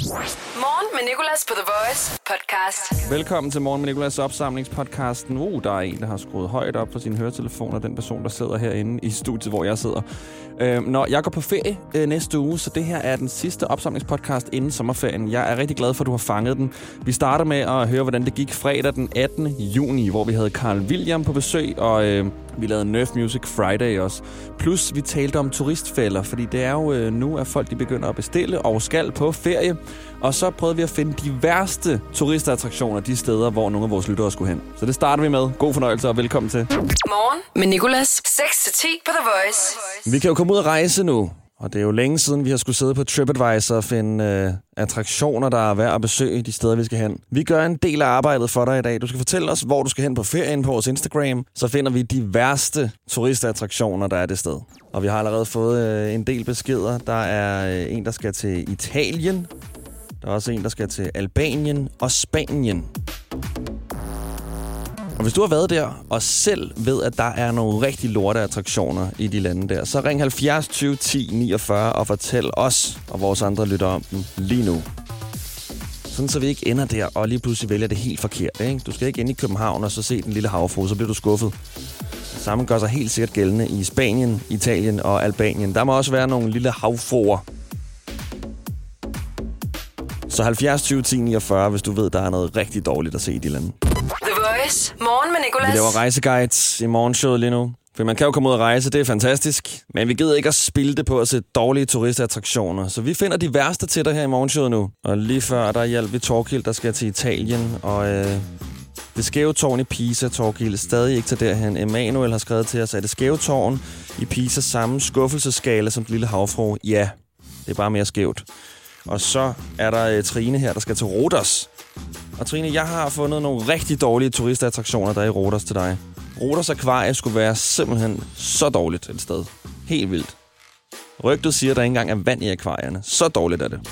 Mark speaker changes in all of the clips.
Speaker 1: Morgen med Nicolas på The Voice podcast.
Speaker 2: Velkommen til Morgen med Nicolas opsamlingspodcasten. Der er en, der har skruet højt op på sin høretelefon, og den person, der sidder herinde i studiet, hvor jeg sidder. Når jeg går på ferie næste uge, så det her er den sidste opsamlingspodcast inden sommerferien. Jeg er rigtig glad for, at du har fanget den. Vi starter med at høre, hvordan det gik fredag den 18. juni, hvor vi havde Carl William på besøg, og vi lavede Nerf Music Friday også. Plus, vi talte om turistfælder, fordi det er jo nu, at folk de begynder at bestille og skal på ferie. Og så prøvede vi at finde de værste turistattraktioner de steder, hvor nogle af vores lyttere skulle hen. Så det starter vi med. God fornøjelse og velkommen til.
Speaker 1: Morgen med Nicolas. 6-10 på The Voice.
Speaker 2: Vi kan jo komme ud og rejse nu. Og det er jo længe siden, vi har skulle sidde på TripAdvisor og finde attraktioner, der er værd at besøge de steder, vi skal hen. Vi gør en del af arbejdet for dig i dag. Du skal fortælle os, hvor du skal hen på ferien på vores Instagram. Så finder vi de værste turistattraktioner, der er det sted. Og vi har allerede fået en del beskeder. Der er en, der skal til Italien. Der er også en, der skal til Albanien og Spanien. Og hvis du har været der og selv ved, at der er nogle rigtig lorte attraktioner i de lande der, så ring 70 20 10 49 og fortæl os og vores andre lytter om dem lige nu. Sådan så vi ikke ender der og lige pludselig vælger det helt forkert. Ikke? Du skal ikke ind i København og så se den lille havfrue, så bliver du skuffet. Det samme gør sig helt sikkert gældende i Spanien, Italien og Albanien. Der må også være nogle lille havfruer. Så 70 20 10 49, hvis du ved, der er noget rigtig dårligt at se i de lande.
Speaker 1: The Voice. Morgen med Nicolas.
Speaker 2: Vi laver rejseguides i morgenshowet lige nu. For man kan jo komme ud og rejse, det er fantastisk. Men vi gider ikke at spilde det på at se dårlige turistattraktioner. Så vi finder de værste til dig her i morgenshowet nu. Og lige før, der hjalp vi Torkild, der skal til Italien. Og det skæve tårn i Pisa, Torkild, stadig ikke til derhen. Emanuel har skrevet til os, at det skæve tårn i Pisa samme skuffelseskala som den lille havfrue. Ja, det er bare mere skævt. Og så er der Trine her, der skal til Rhodos. Og Trine, jeg har fundet nogle rigtig dårlige turistattraktioner, der er i Rhodos til dig. Rhodos Akvarie skulle være simpelthen så dårligt et sted. Helt vildt. Rygtet siger, at der ikke engang er vand i akvarierne. Så dårligt er det.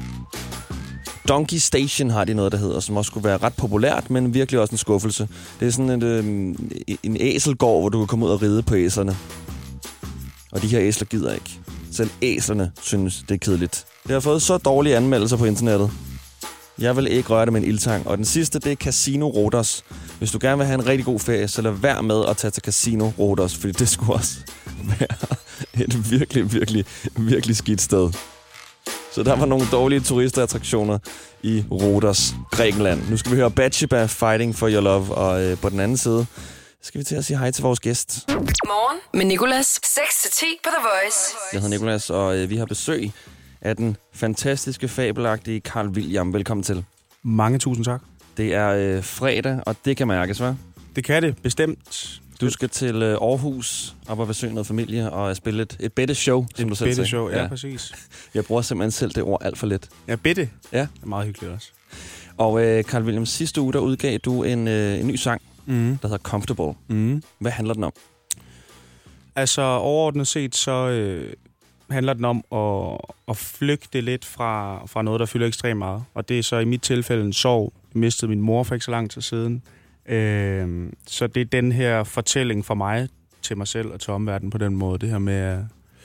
Speaker 2: Donkey Station har de noget, der hedder, som også skulle være ret populært, men virkelig også en skuffelse. Det er sådan en æselgård, hvor du kan komme ud og ride på æslerne. Og de her æsler gider ikke. Selv æslerne synes, det er kedeligt. Det har fået så dårlige anmeldelser på internettet. Jeg vil ikke røre det med en ildtang. Og den sidste, det er Casino Rhodos. Hvis du gerne vil have en rigtig god ferie, så lad være med at tage til Casino Rhodos, fordi det skulle også være et virkelig skidt sted. Så der var nogle dårlige turistattraktioner i Rhodos, Grækenland. Nu skal vi høre Bathsheba, Fighting for Your Love, og på den anden side skal vi til at sige hej til vores gæst.
Speaker 1: Morgen med Nicolas. 6-10 på The Voice.
Speaker 2: Jeg hedder Nicolas, og vi har besøg af den fantastiske, fabelagtige Carl William. Velkommen til.
Speaker 3: Mange tusind tak.
Speaker 2: Det er fredag, og det kan mærkes, hva'?
Speaker 3: Det kan det, bestemt.
Speaker 2: Du skal til Aarhus op og besøge noget familie og spille et bedte-show, som du selv sagde.
Speaker 3: Et show, ja, præcis.
Speaker 2: Jeg bruger simpelthen selv det ord alt for lidt.
Speaker 3: Ja, bedte.
Speaker 2: Ja.
Speaker 3: Det er meget hyggeligt også.
Speaker 2: Og Carl William, sidste uge, der udgav du en ny sang, der hedder Comfortable. Hvad handler den om?
Speaker 3: Altså, overordnet set, så handler den om at flygte lidt fra noget, der fylder ekstremt meget. Og det er så i mit tilfælde en sorg. Jeg mistede min mor for ikke så lang tid siden. Så det er den her fortælling for mig, til mig selv og til omverdenen på den måde. Det her med,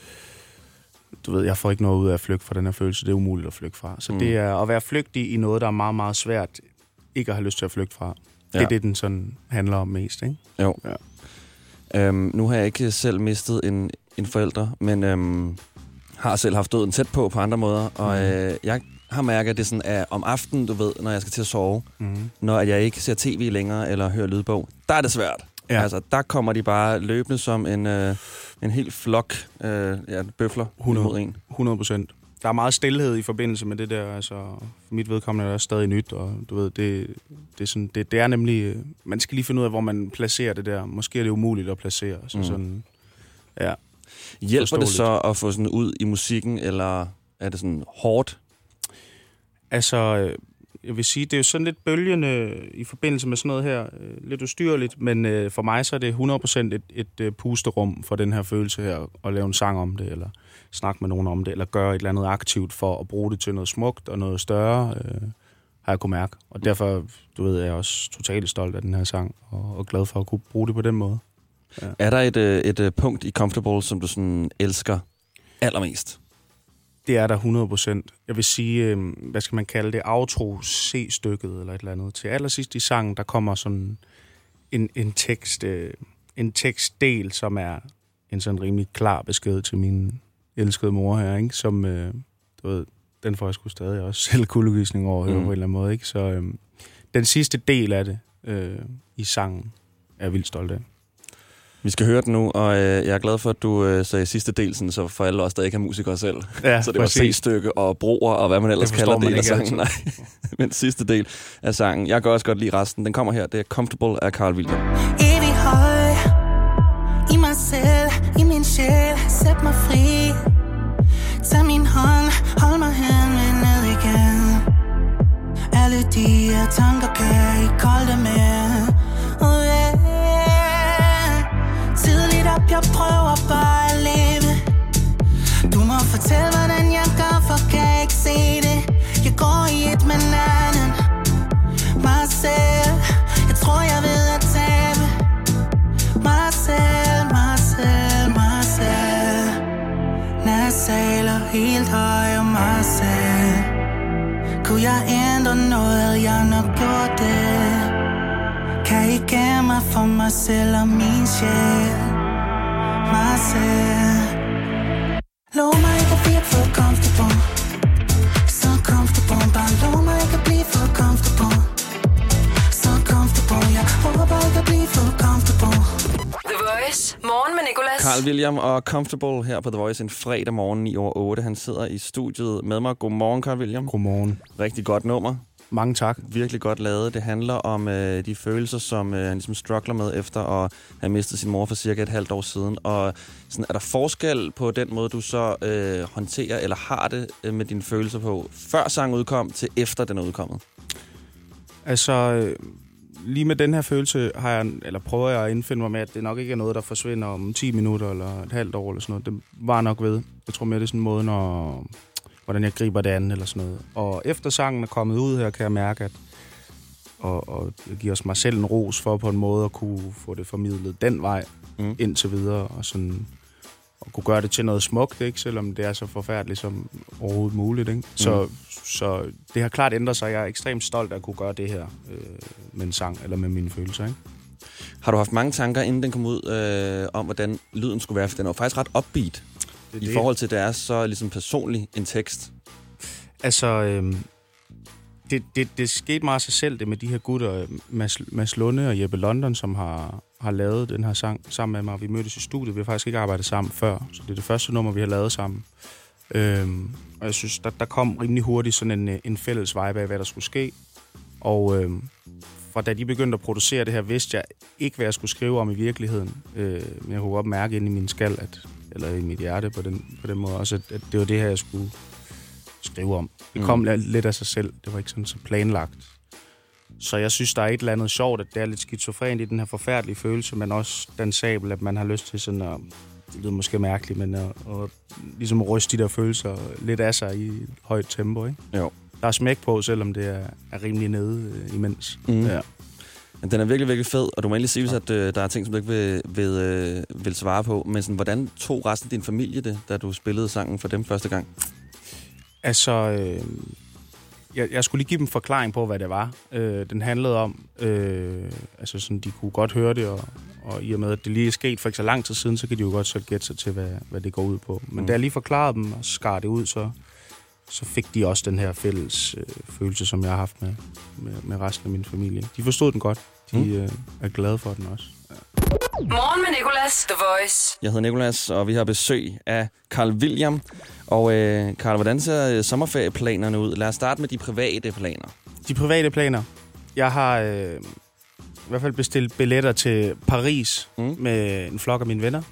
Speaker 3: du ved, jeg får ikke noget ud af at flygte fra den her følelse. Det er umuligt at flygte fra. Så det er at være flygtig i noget, der er meget, meget svært, ikke at have lyst til at flygte fra. Ja. Det er det, den sådan handler om mest, ikke?
Speaker 2: Jo. Ja. Nu har jeg ikke selv mistet en forælder, men har selv haft døden tæt på andre måder. Og jeg har mærket, at det sådan er om aftenen, du ved, når jeg skal til at sove. Når jeg ikke ser tv længere eller hører lydbog. Der er det svært. Ja. Altså, der kommer de bare løbende som en hel flok bøfler
Speaker 3: 100%. Der er meget stilhed i forbindelse med det der. Altså, for mit vedkommende er det stadig nyt, og du ved, det er nemlig... Man skal lige finde ud af, hvor man placerer det der. Måske er det umuligt at placere. Så sådan, ja.
Speaker 2: Hjælper det så at få sådan ud i musikken, eller er det sådan hårdt?
Speaker 3: Altså, jeg vil sige, det er jo sådan lidt bølgende i forbindelse med sådan noget her. Lidt ustyrligt, men for mig så er det 100% et pusterum for den her følelse her. At lave en sang om det, eller snakke med nogen om det, eller gøre et eller andet aktivt for at bruge det til noget smukt og noget større, har jeg kunne mærke. Og derfor, du ved, er jeg også totalt stolt af den her sang, og glad for at kunne bruge det på den måde. Ja.
Speaker 2: Er der et punkt i Comfortable, som du sådan elsker allermest?
Speaker 3: Det er der 100%. Jeg vil sige, hvad skal man kalde det, outro C-stykket eller et eller andet. Til allersidst i sangen, der kommer sådan en tekstdel, som er en sådan rimelig klar besked til min elskede mor her, ikke? Som, du ved, den får jeg sgu stadig også selv kuldegysning over på en eller anden måde, ikke? Så den sidste del af det i sangen er jeg vildt stolt af.
Speaker 2: Vi skal høre den nu, og jeg er glad for, at du sagde sidste del, sådan, så for alle os, der ikke er musikere selv.
Speaker 3: Ja,
Speaker 2: så det var C-stykke og broer og hvad man ellers kalder det af sangen. Nej, men sidste del af sangen. Jeg kan også godt lide resten. Den kommer her. Det er Comfortable af Carl William.
Speaker 4: Evig høj i mig selv, i min sjæl, sæt mig fri. Tag min hånd, hold mig hen ned igen. Alle de her tanker kan ikke holde det med. Tidligt op, jeg prøver bare at leve. Du må fortælle, hvordan jeg gør, for kan jeg ikke se det. Jeg går i et med en anden. Mig selv, jeg tror jeg ved at tabe. Mig selv, mig selv, mig selv. Nasal og helt høj om mig selv. Kunne jeg ændre noget, jeg nok gjorde det. Kan I gemme mig for mig selv og min sjæl. Mig selv. Lov mig ikke at blive for comfortable. Så comfortable. Bare lov mig ikke at blive for comfortable. Så comfortable. Jeg håber ikke at blive for comfortable.
Speaker 1: The Voice. Morgen med Nicolas.
Speaker 2: Carl William og Comfortable her på The Voice en fredag morgen 9:08. Han sidder i studiet med mig. Godmorgen, Carl William.
Speaker 3: Godmorgen.
Speaker 2: Rigtig godt nummer.
Speaker 3: Mange tak.
Speaker 2: Virkelig godt lavet. Det handler om de følelser, som han ligesom struggler med efter at have mistet sin mor for cirka et halvt år siden. Og sådan, er der forskel på den måde, du så håndterer eller har det med dine følelser på, før sangen udkom til efter den er udkommet?
Speaker 3: Altså, lige med den her følelse prøver jeg at indfinde mig med, at det nok ikke er noget, der forsvinder om 10 minutter eller et halvt år eller sådan noget. Det var nok ved. Jeg tror mere, det er sådan en måde, hvordan jeg griber det andet eller sådan noget. Og efter sangen er kommet ud her, kan jeg mærke, at og jeg giver også mig selv en ros for på en måde at kunne få det formidlet den vej indtil videre, og sådan og kunne gøre det til noget smukt, ikke? Selvom det er så forfærdeligt som overhovedet muligt, ikke? Så det har klart ændret sig. Jeg er ekstremt stolt af at kunne gøre det her med en sang eller med mine følelser, ikke?
Speaker 2: Har du haft mange tanker, inden den kom ud, om hvordan lyden skulle være? For den er faktisk ret upbeat i forhold til, at det er så ligesom personlig en tekst. Altså,
Speaker 3: det skete meget af sig selv, det med de her gutter, Mads Lunde og Jeppe London, som har lavet den her sang sammen med mig. Vi mødtes i studiet, vi har faktisk ikke arbejdet sammen før, så det er det første nummer, vi har lavet sammen. Og jeg synes, der kom rimelig hurtigt sådan en fælles vibe af, hvad der skulle ske. Og fra da de begyndte at producere det her, vidste jeg ikke, hvad jeg skulle skrive om i virkeligheden. Men jeg kunne godt mærke inde i min skal, eller i mit hjerte på den måde også, at det var det her, jeg skulle skrive om. Det kom lidt af sig selv. Det var ikke sådan så planlagt. Så jeg synes, der er et eller andet sjovt, at det er lidt skizofrent i den her forfærdelige følelse, men også dansabel, at man har lyst til sådan at, det lyder måske mærkeligt, men at ligesom ryste de der følelser lidt af sig i et højt tempo, ikke?
Speaker 2: Jo.
Speaker 3: Der er smæk på, selvom det er rimelig nede imens. Ja.
Speaker 2: Den er virkelig, virkelig fed, og du må endelig sige, at der er ting, som du ikke vil svare på. Men sådan, hvordan tog resten af din familie det, da du spillede sangen for dem første gang?
Speaker 3: Altså, jeg skulle lige give dem en forklaring på, hvad det var. Den handlede om, altså sådan, de kunne godt høre det, og i og med, at det lige er sket for ikke så lang tid siden, så kan de jo godt selv gætte sig til, hvad det går ud på. Men da jeg lige forklarede dem og skar det ud, så fik de også den her fælles følelse, som jeg har haft med resten af min familie. De forstod den godt. De er glade for den også. Ja.
Speaker 1: Morgen med Nicolas, The Voice.
Speaker 2: Jeg hedder Nicolas, og vi har besøg af Carl William. Og Carl, hvordan ser sommerferieplanerne ud? Lad os starte med de private planer.
Speaker 3: De private planer? Jeg har i hvert fald bestilt billetter til Paris med en flok af mine venner.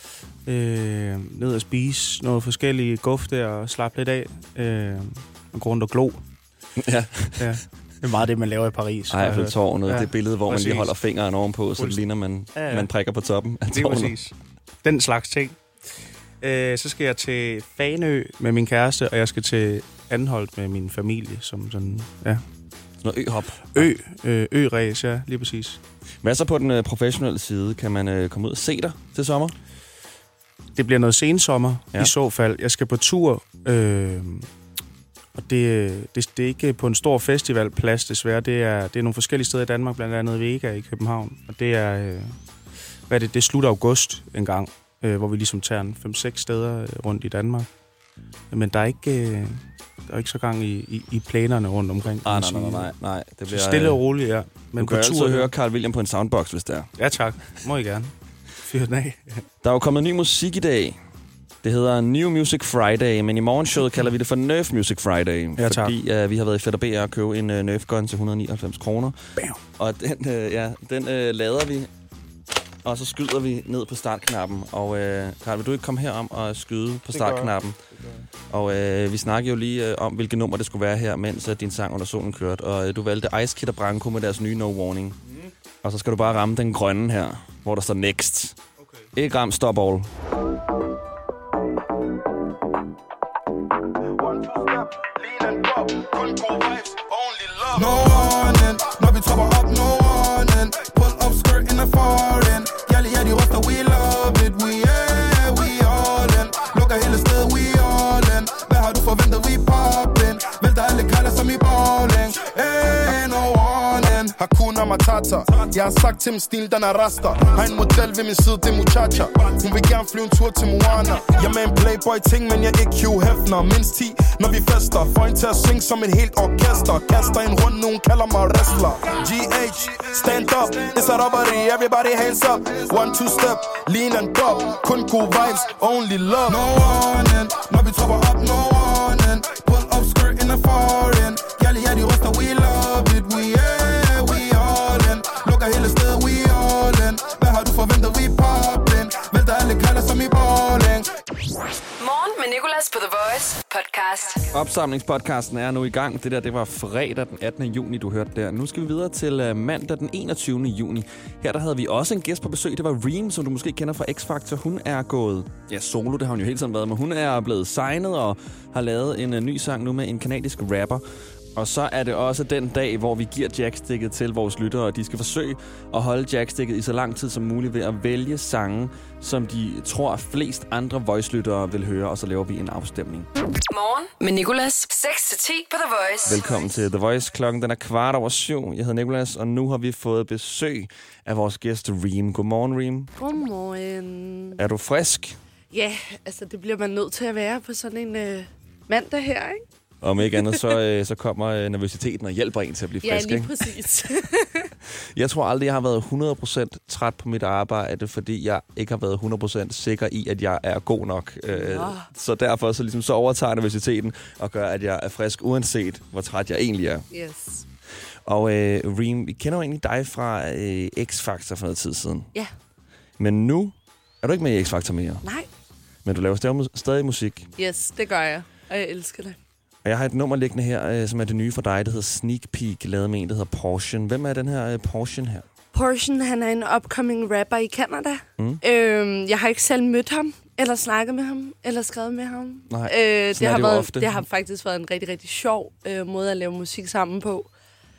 Speaker 3: Ned og spise noget forskellige guf der og slappe lidt af. Og gå rundt og glo.
Speaker 2: Ja.
Speaker 3: Det er meget det, man laver i Paris.
Speaker 2: Eiffeltårnet, det billede, hvor man lige holder fingeren ovenpå, så det ligner, man prikker på toppen af tårnet.
Speaker 3: Det er præcis. Den slags ting. Så skal jeg til Fanø med min kæreste, og jeg skal til Anholt med min familie, som sådan, ja.
Speaker 2: Noget øhop.
Speaker 3: Ø-ræs, ja, lige præcis.
Speaker 2: Hvad så på den professionelle side? Kan man komme ud og se dig til sommer?
Speaker 3: Det bliver noget sensommer i så fald. Jeg skal på tur, og det er ikke på en stor festivalplads desværre. Det er nogle forskellige steder i Danmark, blandt andet Vega i København. Og det er, det er slut august en gang, hvor vi ligesom tager 5-6 steder rundt i Danmark. Men der er ikke så gang i planerne rundt omkring.
Speaker 2: Nej. Det bliver
Speaker 3: stille og roligt, ja. Men
Speaker 2: du kan altid høre Carl William på en soundbox, hvis det er.
Speaker 3: Ja, tak. Må I gerne. Fyr den af.
Speaker 2: Der er jo kommet ny musik i dag. Det hedder New Music Friday, men i morgenshowet kalder vi det for Nerf Music Friday.
Speaker 3: Ja, tak.
Speaker 2: Fordi vi har været i Fætter BR og købe en Nerf gun til 199 kroner.
Speaker 3: Bam.
Speaker 2: Og den lader vi, og så skyder vi ned på startknappen. Og Carl, vil du ikke komme herom og skyde på startknappen? Og vi snakkede jo lige om, hvilket nummer det skulle være her, mens din sang Under Solen kørte. Og du valgte Ice Kid og Branko med deres nye No Warning. Og så skal du bare ramme den grønne her, hvor der står Next. Okay. Ikke ram Stop All.
Speaker 5: No warning, når vi tropper op, no warning. Pull up skirt in the foreign. Jælly, de ryster, we love it. We all in. Lukker hele stedet, we all in. Hvad har du forventet, we poppin'. Vælter alle kalder som i bowling. Hey, no warning. Hakuna Matata. Jeg har sagt til min stil, den er raster. Har en model ved min side, det er muchacha. Hun vil gerne flyve en tur til Moana. Jeg er med en playboy-ting, men jeg er ikke Hugh Hefner. Mindst 10, når vi fester. Får en til at synge som et helt orkester. Kaster en rundt, nogen kalder mig wrestler. GH, stand up, it's a robbery. Everybody hands up, 1-2 step. Lean and drop, kun gode vibes, only love. No warning, når vi tropper op, no warning. Pull up skirt in the foreign. Jælly, de ryster, we love it. We all in. Lukker hele stedet, we all in. Hvad har du forventet, we poppin'. Vælter alle kalder som i bowling.
Speaker 1: Morgen med Nicolas på The Voice podcast.
Speaker 2: Opsamlingspodcasten er nu i gang. Det var fredag den 18. juni, du hørte der. Nu skal vi videre til mandag den 21. juni. Her der havde vi også en gæst på besøg. Det var Reem, som du måske kender fra X-Factor. Hun er gået solo, det har hun jo hele tiden været, men hun er blevet signet og har lavet en ny sang nu med en kanadisk rapper. Og så er det også den dag, hvor vi giver jacksticket til vores lyttere, og de skal forsøge at holde jacksticket i så lang tid som muligt ved at vælge sange, som de tror flest andre voice-lyttere vil høre, og så laver vi en afstemning.
Speaker 1: Morgen med Nicolas. 6-10 på The Voice.
Speaker 2: Velkommen til The Voice. Klokken den er 7:15. Jeg hedder Nicolas, og nu har vi fået besøg af vores gæst Reem. Godmorgen, Reem.
Speaker 6: Godmorgen.
Speaker 2: Er du frisk?
Speaker 6: Ja, altså det bliver man nødt til at være på sådan en mandag her, ikke?
Speaker 2: Om ikke andet, så kommer nervøsiteten og hjælper en til at blive frisk,
Speaker 6: ja, lige
Speaker 2: ikke?
Speaker 6: præcis.
Speaker 2: Jeg tror aldrig, jeg har været 100% træt på mit arbejde, fordi jeg ikke har været 100% sikker i, at jeg er god nok. Så derfor så overtager nervøsiteten og gør, at jeg er frisk, uanset hvor træt jeg egentlig er.
Speaker 6: Yes.
Speaker 2: Og Reem, vi kender jo egentlig dig fra X-Factor for noget tid siden.
Speaker 6: Ja.
Speaker 2: Men nu er du ikke med i X-Factor mere.
Speaker 6: Nej.
Speaker 2: Men du laver stadig musik.
Speaker 6: Yes, det gør jeg. Og jeg elsker det.
Speaker 2: Og jeg har et nummer liggende her, som er det nye for dig. Det hedder Sneak Peek, lavet med en, der hedder Portion. Hvem er den her Portion her?
Speaker 6: Portion, han er en upcoming rapper i Canada. Jeg har ikke selv mødt ham, eller snakket med ham, eller skrevet med ham.
Speaker 2: Nej,
Speaker 6: det har faktisk været en rigtig, rigtig sjov måde at lave musik sammen på.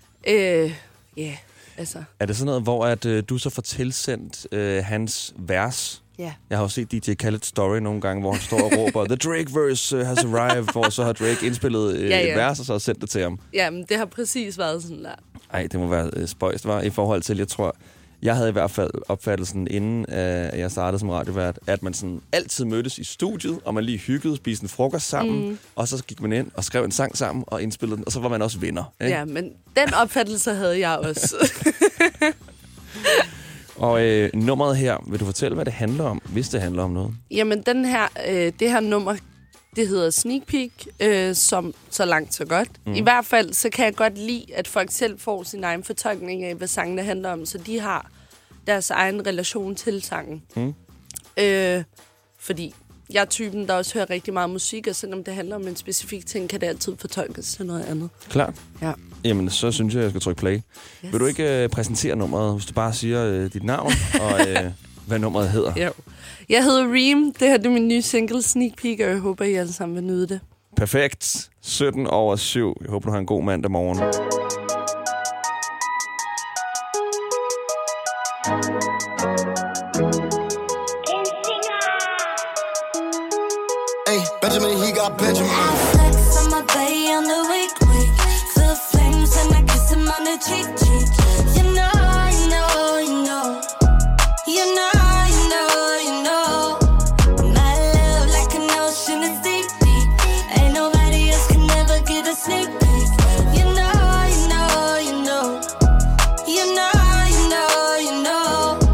Speaker 6: Altså. Er
Speaker 2: det sådan noget, hvor at, du så får tilsendt hans vers?
Speaker 6: Ja.
Speaker 2: Jeg har jo set DJ Khaled story nogle gange, hvor han står og råber, The Drake verse has arrived, hvor så har Drake indspillet et vers, og så har sendt det til ham.
Speaker 6: Jamen, det har præcis været sådan der.
Speaker 2: Ej, det må være spøjst, var i forhold til, jeg tror, jeg havde i hvert fald opfattelsen, inden jeg startede som radiovært, at man sådan altid mødtes i studiet, og man lige hyggede, spiste en frokost sammen, og så gik man ind og skrev en sang sammen og indspillede den, og så var man også venner. Ikke?
Speaker 6: Ja, men den opfattelse havde jeg også.
Speaker 2: Og nummeret her, vil du fortælle, hvad det handler om, hvis det handler om noget?
Speaker 6: Jamen, det her nummer, det hedder Sneak Peek, som så langt så godt. I hvert fald, så kan jeg godt lide, at folk selv får sin egen fortolkning af, hvad sangene handler om, så de har deres egen relation til sangen. Fordi jeg er typen, der også hører rigtig meget musik, og selvom det handler om en specifik ting, kan det altid fortolkes til noget andet.
Speaker 2: Klart.
Speaker 6: Ja.
Speaker 2: Jamen, så synes jeg skal trykke play. Yes. Vil du ikke præsentere nummeret, hvis du bare siger dit navn og hvad nummeret hedder?
Speaker 6: Jo. Jeg hedder Reem. Det her er min nye single, Sneak Peek, og jeg håber, I alle sammen vil nyde det.
Speaker 2: Perfekt. 7:17. Jeg håber, du har en god mandag morgen.
Speaker 7: Benjamin, he got Benjamin.
Speaker 8: I flex on my bae on the week. Feel flames and I kiss him on the cheek. You know, you know, you know. You know, you know, you know. My love like an ocean is deep, deep. Ain't nobody else can never get a sneak peek. You know, you know, you know. You know, you know, you know.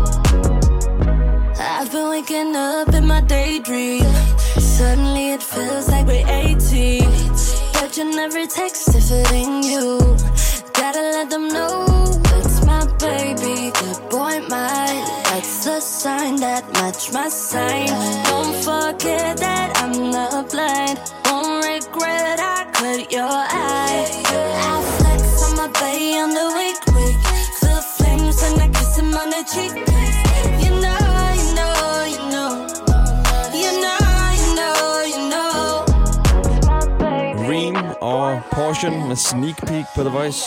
Speaker 8: I've been waking up in my daydream. Suddenly it feels like we're 18. Judging every text if it ain't you. Gotta let them know it's my baby, good boy mine. That's the sign that match my sign. Don't forget that I'm not blind. Won't regret I cut your eye. I flex on my bae on the week. Feel flames when I kiss him on the cheek. You know, you know, you know. You know, you know, you know.
Speaker 2: Reem og Portion med Sneak Peek på The Voice.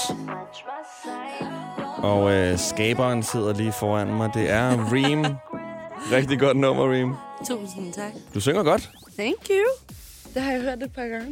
Speaker 2: Og skaberen sidder lige foran mig. Det er Reem. Rigtig godt nummer, Reem.
Speaker 6: Tusind tak.
Speaker 2: Du synger godt.
Speaker 6: Thank you. Det har jeg hørt et par gange.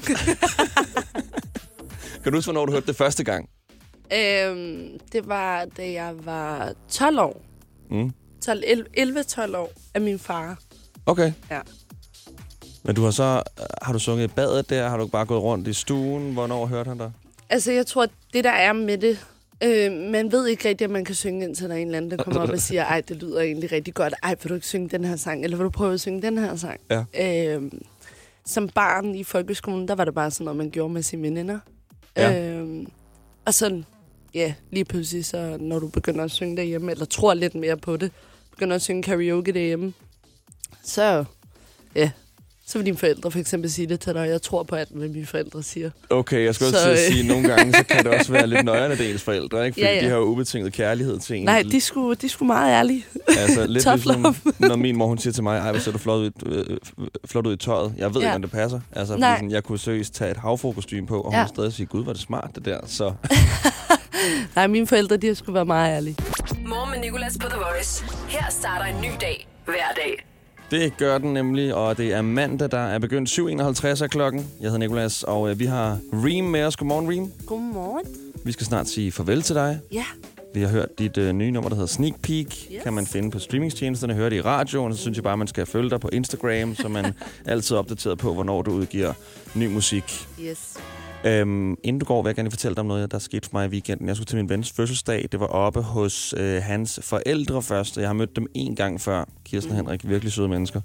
Speaker 2: Kan du huske, hvornår du hørte det første gang?
Speaker 6: Det var, da jeg var 12 år. 11-12 år af min far.
Speaker 2: Okay.
Speaker 6: Ja.
Speaker 2: Men du har du sunget i badet der? Har du bare gået rundt i stuen? Hvornår hørte han dig?
Speaker 6: Altså, jeg tror, det der er med det... man ved ikke rigtigt, at man kan synge, indtil der er en eller anden, der kommer op og siger, ej, det lyder egentlig rigtig godt. Ej, vil du ikke synge den her sang? Eller vil du prøve at synge den her sang?
Speaker 2: Ja.
Speaker 6: Som barn i folkeskolen, der var det bare sådan noget, man gjorde med sine veninder.
Speaker 2: Ja.
Speaker 6: Og sådan, ja, lige pludselig, så når du begynder at synge derhjemme, eller tror lidt mere på det, begynder at synge karaoke derhjemme, så, ja, så vil dine forældre for eksempel sige det til dig, og jeg tror på alt, hvad mine forældre siger.
Speaker 2: Okay, jeg skal også til at sige, at nogle gange, så kan det også være lidt nøjerne dels forældre, ikke? Fordi de har jo ubetinget kærlighed til en.
Speaker 6: Nej, de skulle meget ærlige.
Speaker 2: Altså lidt ligesom, når min mor, hun siger til mig, ej, hvor ser du flot ud i tøjet. Jeg ved ikke, om det passer. Altså, fordi sådan, jeg kunne seriøst tage et havfrukostyme på, og hun stadig sige, gud, var det smart, det der. Så.
Speaker 6: Nej, mine forældre, de har sgu været meget ærlige.
Speaker 1: Morgen med Nicolas på The Voice. Her starter en ny dag hver dag.
Speaker 2: Det gør den nemlig, og det er mandag, der er begyndt 7:51 af klokken. Jeg hedder Nicolas, og vi har Reem med os. Godmorgen, Reem.
Speaker 6: Godmorgen.
Speaker 2: Vi skal snart sige farvel til dig.
Speaker 6: Ja.
Speaker 2: Vi har hørt dit nye nummer, der hedder Sneak Peek. Yes. Kan man finde på streamingtjenesterne, høre det i radioen. Så synes jeg bare, man skal følge dig på Instagram, så man altid er opdateret på, hvornår du udgiver ny musik.
Speaker 6: Yes.
Speaker 2: Inden du går, vil jeg gerne fortælle dig om noget, der skete for mig i weekenden. Jeg skulle til min vens fødselsdag. Det var oppe hos hans forældre først. Jeg har mødt dem en gang før. Kirsten og Henrik, virkelig søde mennesker.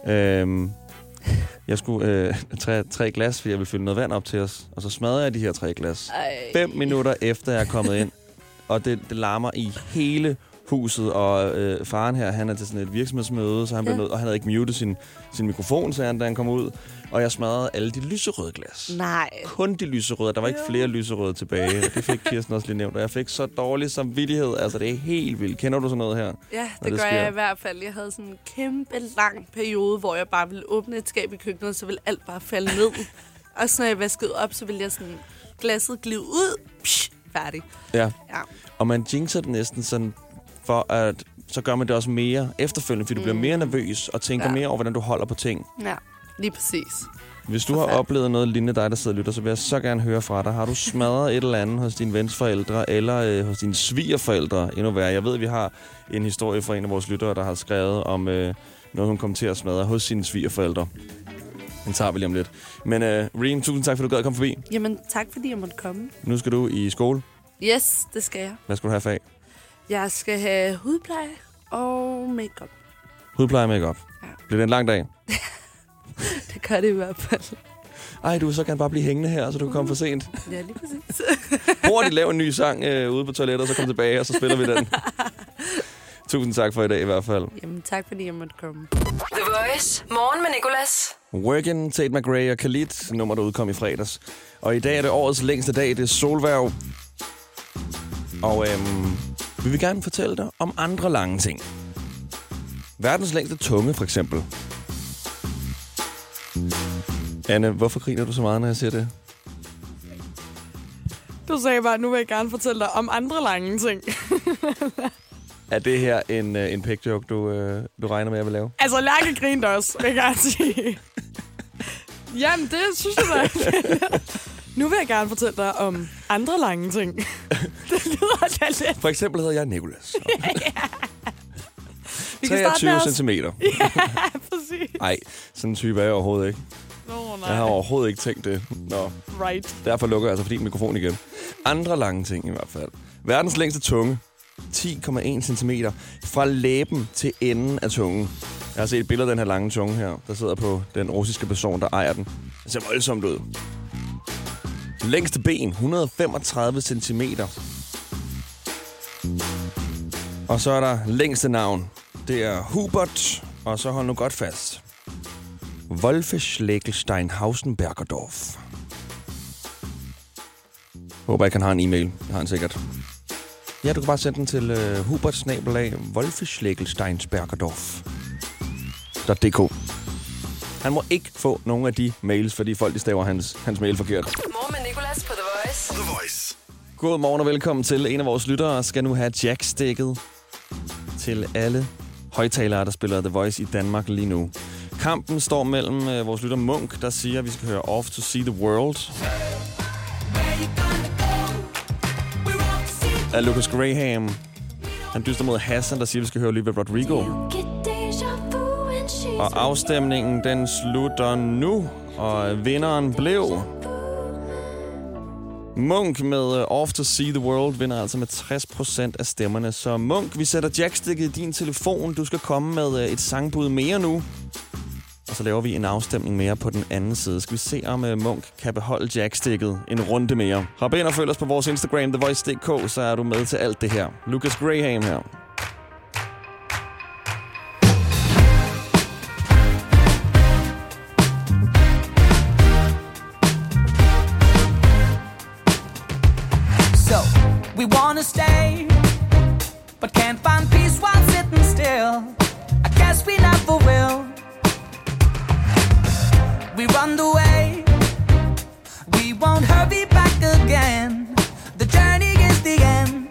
Speaker 2: Jeg skulle tre glas, fordi jeg ville fylde noget vand op til os. Og så smadrede jeg de her 3 glas. 5 minutter efter jeg er kommet ind. Og det larmer i hele huset, og faren her, han er til sådan et virksomhedsmøde, så han blev nødt, og han havde ikke muted sin mikrofon, sagde han, da han kom ud. Og jeg smadrede alle de lyserøde glas.
Speaker 6: Nej.
Speaker 2: Kun de lyserøde. Der var ikke flere lyserøde tilbage. Og det fik Kirsten også lige nævnt. Og jeg fik så dårlig samvittighed. Altså, det er helt vildt. Kender du sådan noget her?
Speaker 6: Ja, det gør jeg i hvert fald. Jeg havde sådan en kæmpe lang periode, hvor jeg bare ville åbne et skab i køkkenet, så ville alt bare falde ned. Og så når jeg vaskede op, så ville jeg sådan glasset glide ud. Psh, færdig.
Speaker 2: Ja. Og man jinxer det næsten sådan, for at så gør man det også mere efterfølgende, fordi du bliver mere nervøs og tænker mere over, hvordan du holder på ting.
Speaker 6: Ja, lige præcis.
Speaker 2: Hvis du har oplevet noget lignende dig, der sidder og lytter, så vil jeg så gerne høre fra dig. Har du smadret et eller andet hos dine vens forældre, eller hos dine svigerforældre? Endnu værre. Jeg ved, at vi har en historie fra en af vores lyttere, der har skrevet om noget, hun kom til at smadre hos sine svigerforældre. Den tager vi lige om lidt. Men Reem, tusind tak, for du gad at komme forbi.
Speaker 6: Jamen, tak fordi jeg måtte komme.
Speaker 2: Nu skal du i skole.
Speaker 6: Yes, det skal jeg.
Speaker 2: Hvad skal du have fag?
Speaker 6: Jeg skal have hudpleje og makeup.
Speaker 2: Hudpleje og makeup. Ja. Bliver det en lang dag?
Speaker 6: Det gør det i hvert fald.
Speaker 2: Ej, du vil så gerne bare blive hængende her, så du kan komme for sent.
Speaker 6: Ja, lige præcis.
Speaker 2: Hurtigt lave en ny sang ude på toilettet, og så kom tilbage, og så spiller vi den. Tusind tak for i dag i hvert fald.
Speaker 6: Jamen, tak fordi jeg måtte komme.
Speaker 1: The Voice. Morgen med Nicolas.
Speaker 2: Workin', Tate McRae og Khalid, nummer der udkom i fredags. Og i dag er det årets længste dag, det er solværv. Og vi vil gerne fortælle dig om andre lange ting. Verdens længste tunge, for eksempel. Anne, hvorfor griner du så meget, når jeg siger det?
Speaker 9: Du sagde bare, at nu vil jeg gerne fortælle dig om andre lange ting.
Speaker 2: Er det her en pæk joke, du regner med, at jeg vil lave?
Speaker 9: Altså, Lærke grinte også, vil jeg gerne sige. Jamen, det synes jeg da. Nu vil jeg gerne fortælle dig om andre lange ting. Det lyder da lidt.
Speaker 2: For eksempel hedder jeg Nicolas.
Speaker 9: Vi kan
Speaker 2: 23 centimeter.
Speaker 9: Ja, præcis.
Speaker 2: Nej, sådan en type er jeg overhovedet ikke.
Speaker 9: Nej.
Speaker 2: Jeg har overhovedet ikke tænkt det. Nå.
Speaker 9: Right.
Speaker 2: Derfor lukker jeg altså fordi mikrofon igen. Andre lange ting i hvert fald. Verdens længste tunge. 10,1 centimeter. Fra læben til enden af tungen. Jeg har set et billede af den her lange tunge her, der sidder på den russiske person, der ejer den. Det ser voldsomt ud. Længste ben, 135 centimeter. Og så er der længste navn. Det er Hubert, og så hold nu godt fast. Wolfeschlegelstein-Hausenbergerdorf. Håber ikke, han har en e-mail. Jeg har han sikkert. Ja, du kan bare sende den til Hubert@Wolfeschlegelsteinsbergerdorf.dk. Han må ikke få nogen af de mails, fordi folk de staver hans mail forkert.
Speaker 1: Morgen med Nicolas på The Voice.
Speaker 7: The Voice.
Speaker 2: God morgen og velkommen til. En af vores lyttere skal nu have jackstikket til alle højtalere, der spiller The Voice i Danmark lige nu. Kampen står mellem vores lytter Munk, der siger, at vi skal høre Off to See the World. Af Lucas Graham. Han dyster mod Hassan, der siger, at vi skal høre Olivia Rodrigo. Og afstemningen, den slutter nu, og vinderen blev Munk med Off to See the World, vinder altså med 60% af stemmerne. Så Munk, vi sætter jackstikket i din telefon. Du skal komme med et sangbud mere nu. Og så laver vi en afstemning mere på den anden side. Skal vi se, om Munk kan beholde jackstikket en runde mere. Hop ind og følg os på vores Instagram, TheVoice.dk, så er du med til alt det her. Lucas Graham her.
Speaker 4: So, we wanna stay, but can't find peace while sitting still. I guess we never will. We run away, we won't hurry back again. The journey is the end.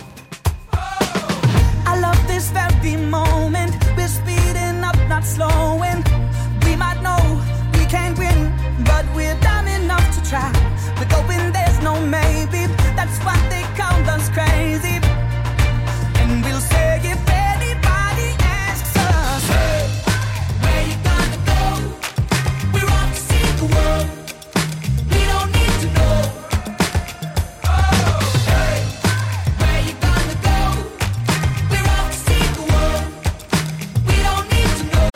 Speaker 4: I love this very moment. We're speeding up, not slowing. We might know we can't win, but we're dumb enough to try. We're going, there's no maybe. That's why they count us crazy. And we'll say if anybody asks us, hey, where you gonna go? We're off to see the world. We don't need to know. Oh, hey, where you gonna go? We're off to see the world. We don't need to know.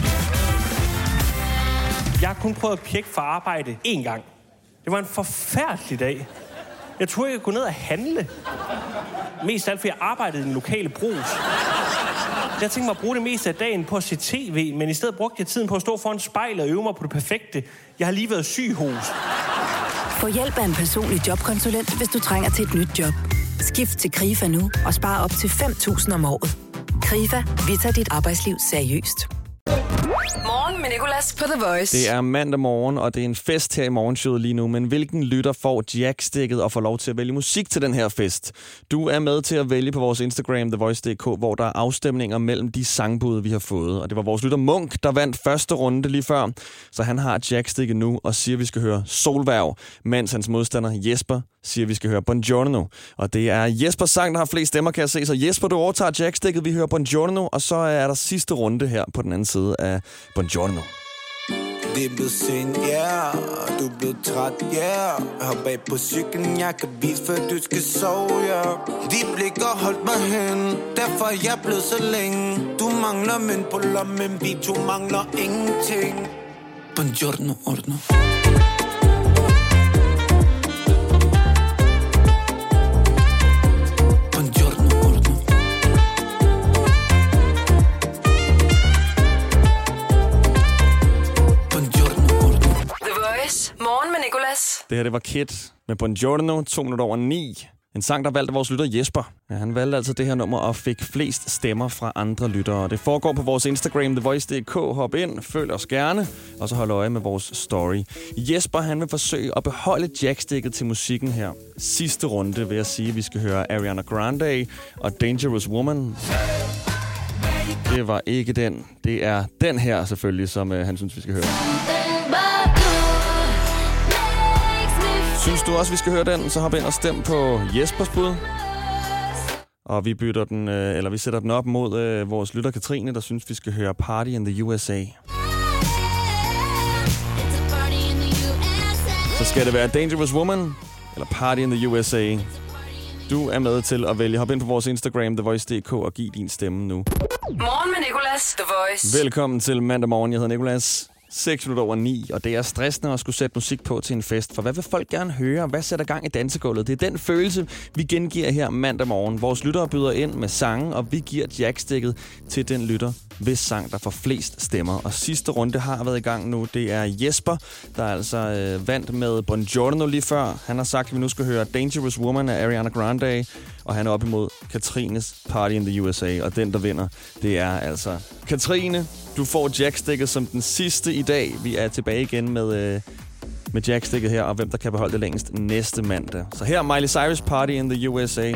Speaker 10: Jeg har kun prøvet at pjekke for arbejde én gang. Det var en forfærdelig dag. Jeg troede, jeg kunne gå ned og handle. Mest alt, fordi jeg arbejdede i den lokale brus. Jeg tænkte mig at bruge det meste af dagen på at se tv, men i stedet brugte jeg tiden på at stå foran spejlet og øve mig på det perfekte. Jeg har lige været syg hos.
Speaker 11: Få hjælp af en personlig jobkonsulent, hvis du trænger til et nyt job. Skift til KRIFA nu og spar op til 5.000 om året. KRIFA, vi tager dit arbejdsliv seriøst.
Speaker 1: Morgen med Nicolas på The Voice.
Speaker 2: Det er mandag morgen, og det er en fest her i morgenshowet lige nu. Men hvilken lytter får jackstikket og får lov til at vælge musik til den her fest? Du er med til at vælge på vores Instagram, TheVoice.dk, hvor der er afstemninger mellem de sangbud, vi har fået. Og det var vores lytter Munk, der vandt første runde lige før. Så han har jackstikket nu og siger, at vi skal høre Solværv, mens hans modstander Jesper siger, at vi skal høre Buongiorno. Og det er Jespers sang, der har flest stemmer, kan jeg se. Så Jesper, du overtager jackstikket, vi hører Buongiorno, og så er der sidste runde her på den anden side af Buongiorno.
Speaker 12: Det er blevet sent, yeah, og du er blevet træt, yeah. Hop bag på cyklen, jeg kan vise, før du skal sove, yeah. De blikker holdt mig hen, derfor er jeg blevet så længe. Du mangler mønt på lommen, vi to mangler ingenting. Buongiorno, ordno.
Speaker 1: Morgen med Nicolas.
Speaker 2: Det her, det var Kid med Buongiorno, 2 minutter over 9. En sang, der valgte vores lytter Jesper. Ja, han valgte altså det her nummer og fik flest stemmer fra andre lyttere. Det foregår på vores Instagram, TheVoice.dk. Hop ind, følg os gerne, og så hold øje med vores story. Jesper, han vil forsøge at beholde jackstikket til musikken her. Sidste runde vil jeg sige, at vi skal høre Ariana Grande og Dangerous Woman. Det var ikke den. Det er den her selvfølgelig, som han synes, vi skal høre. Synes du også, vi skal høre den, så hop ind og stem på Jespers bud. Og vi bytter den, eller vi sætter den op mod vores lytter Katrine, der synes, vi skal høre Party in the USA. Så skal det være Dangerous Woman eller Party in the USA. Du er med til at vælge. Hop ind på vores Instagram, TheVoice.dk, og giv din stemme nu.
Speaker 1: Morgen med Nicolas, The Voice.
Speaker 2: Velkommen til mandag morgen. Jeg hedder Nicolas. 6:09, og det er stressende at skulle sætte musik på til en fest. For hvad vil folk gerne høre? Hvad sætter gang i dansegulvet? Det er den følelse, vi gengiver her mandag morgen. Vores lyttere byder ind med sange, og vi giver jackstikket til den lytter, hvis sang, der får flest stemmer. Og sidste runde har været i gang nu. Det er Jesper, der altså vandt med Buongiorno lige før. Han har sagt, at vi nu skal høre Dangerous Woman af Ariana Grande, og han er op imod Katrines Party in the USA. Og den, der vinder, det er altså Katrine. Du får jackstikket som den sidste i dag. Vi er tilbage igen med jackstikket her, og hvem der kan beholde det længst næste mandag. Så her er Miley Cyrus Party in the USA.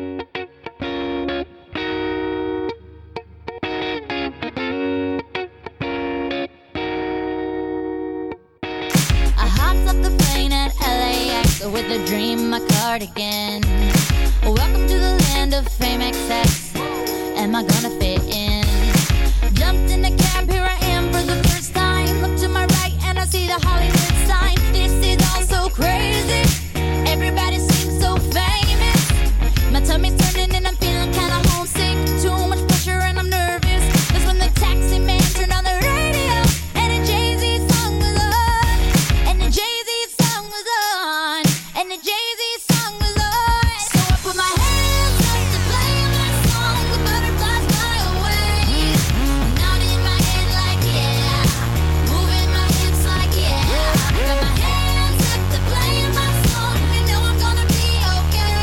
Speaker 7: With a dream, my cardigan. Welcome to the land of fame excess. Am I gonna fit in? Jumped in the cab, here I am for the first time. Look to my right and I see the Hollywood sign. This is all so crazy. Everybody seems so famous. My tummy's turning and I'm feeling kinda homesick. Too much pressure and I'm nervous. That's when the taxi man turned on the radio and a Jay-Z song was on. And the Jay-Z song was on. And the Jay-Z song was on. So I put my hands up to play my song. The butterflies fly away. Nodding my head like yeah. Moving my hips like yeah. I got my hands up to play my song. You know I'm gonna be okay.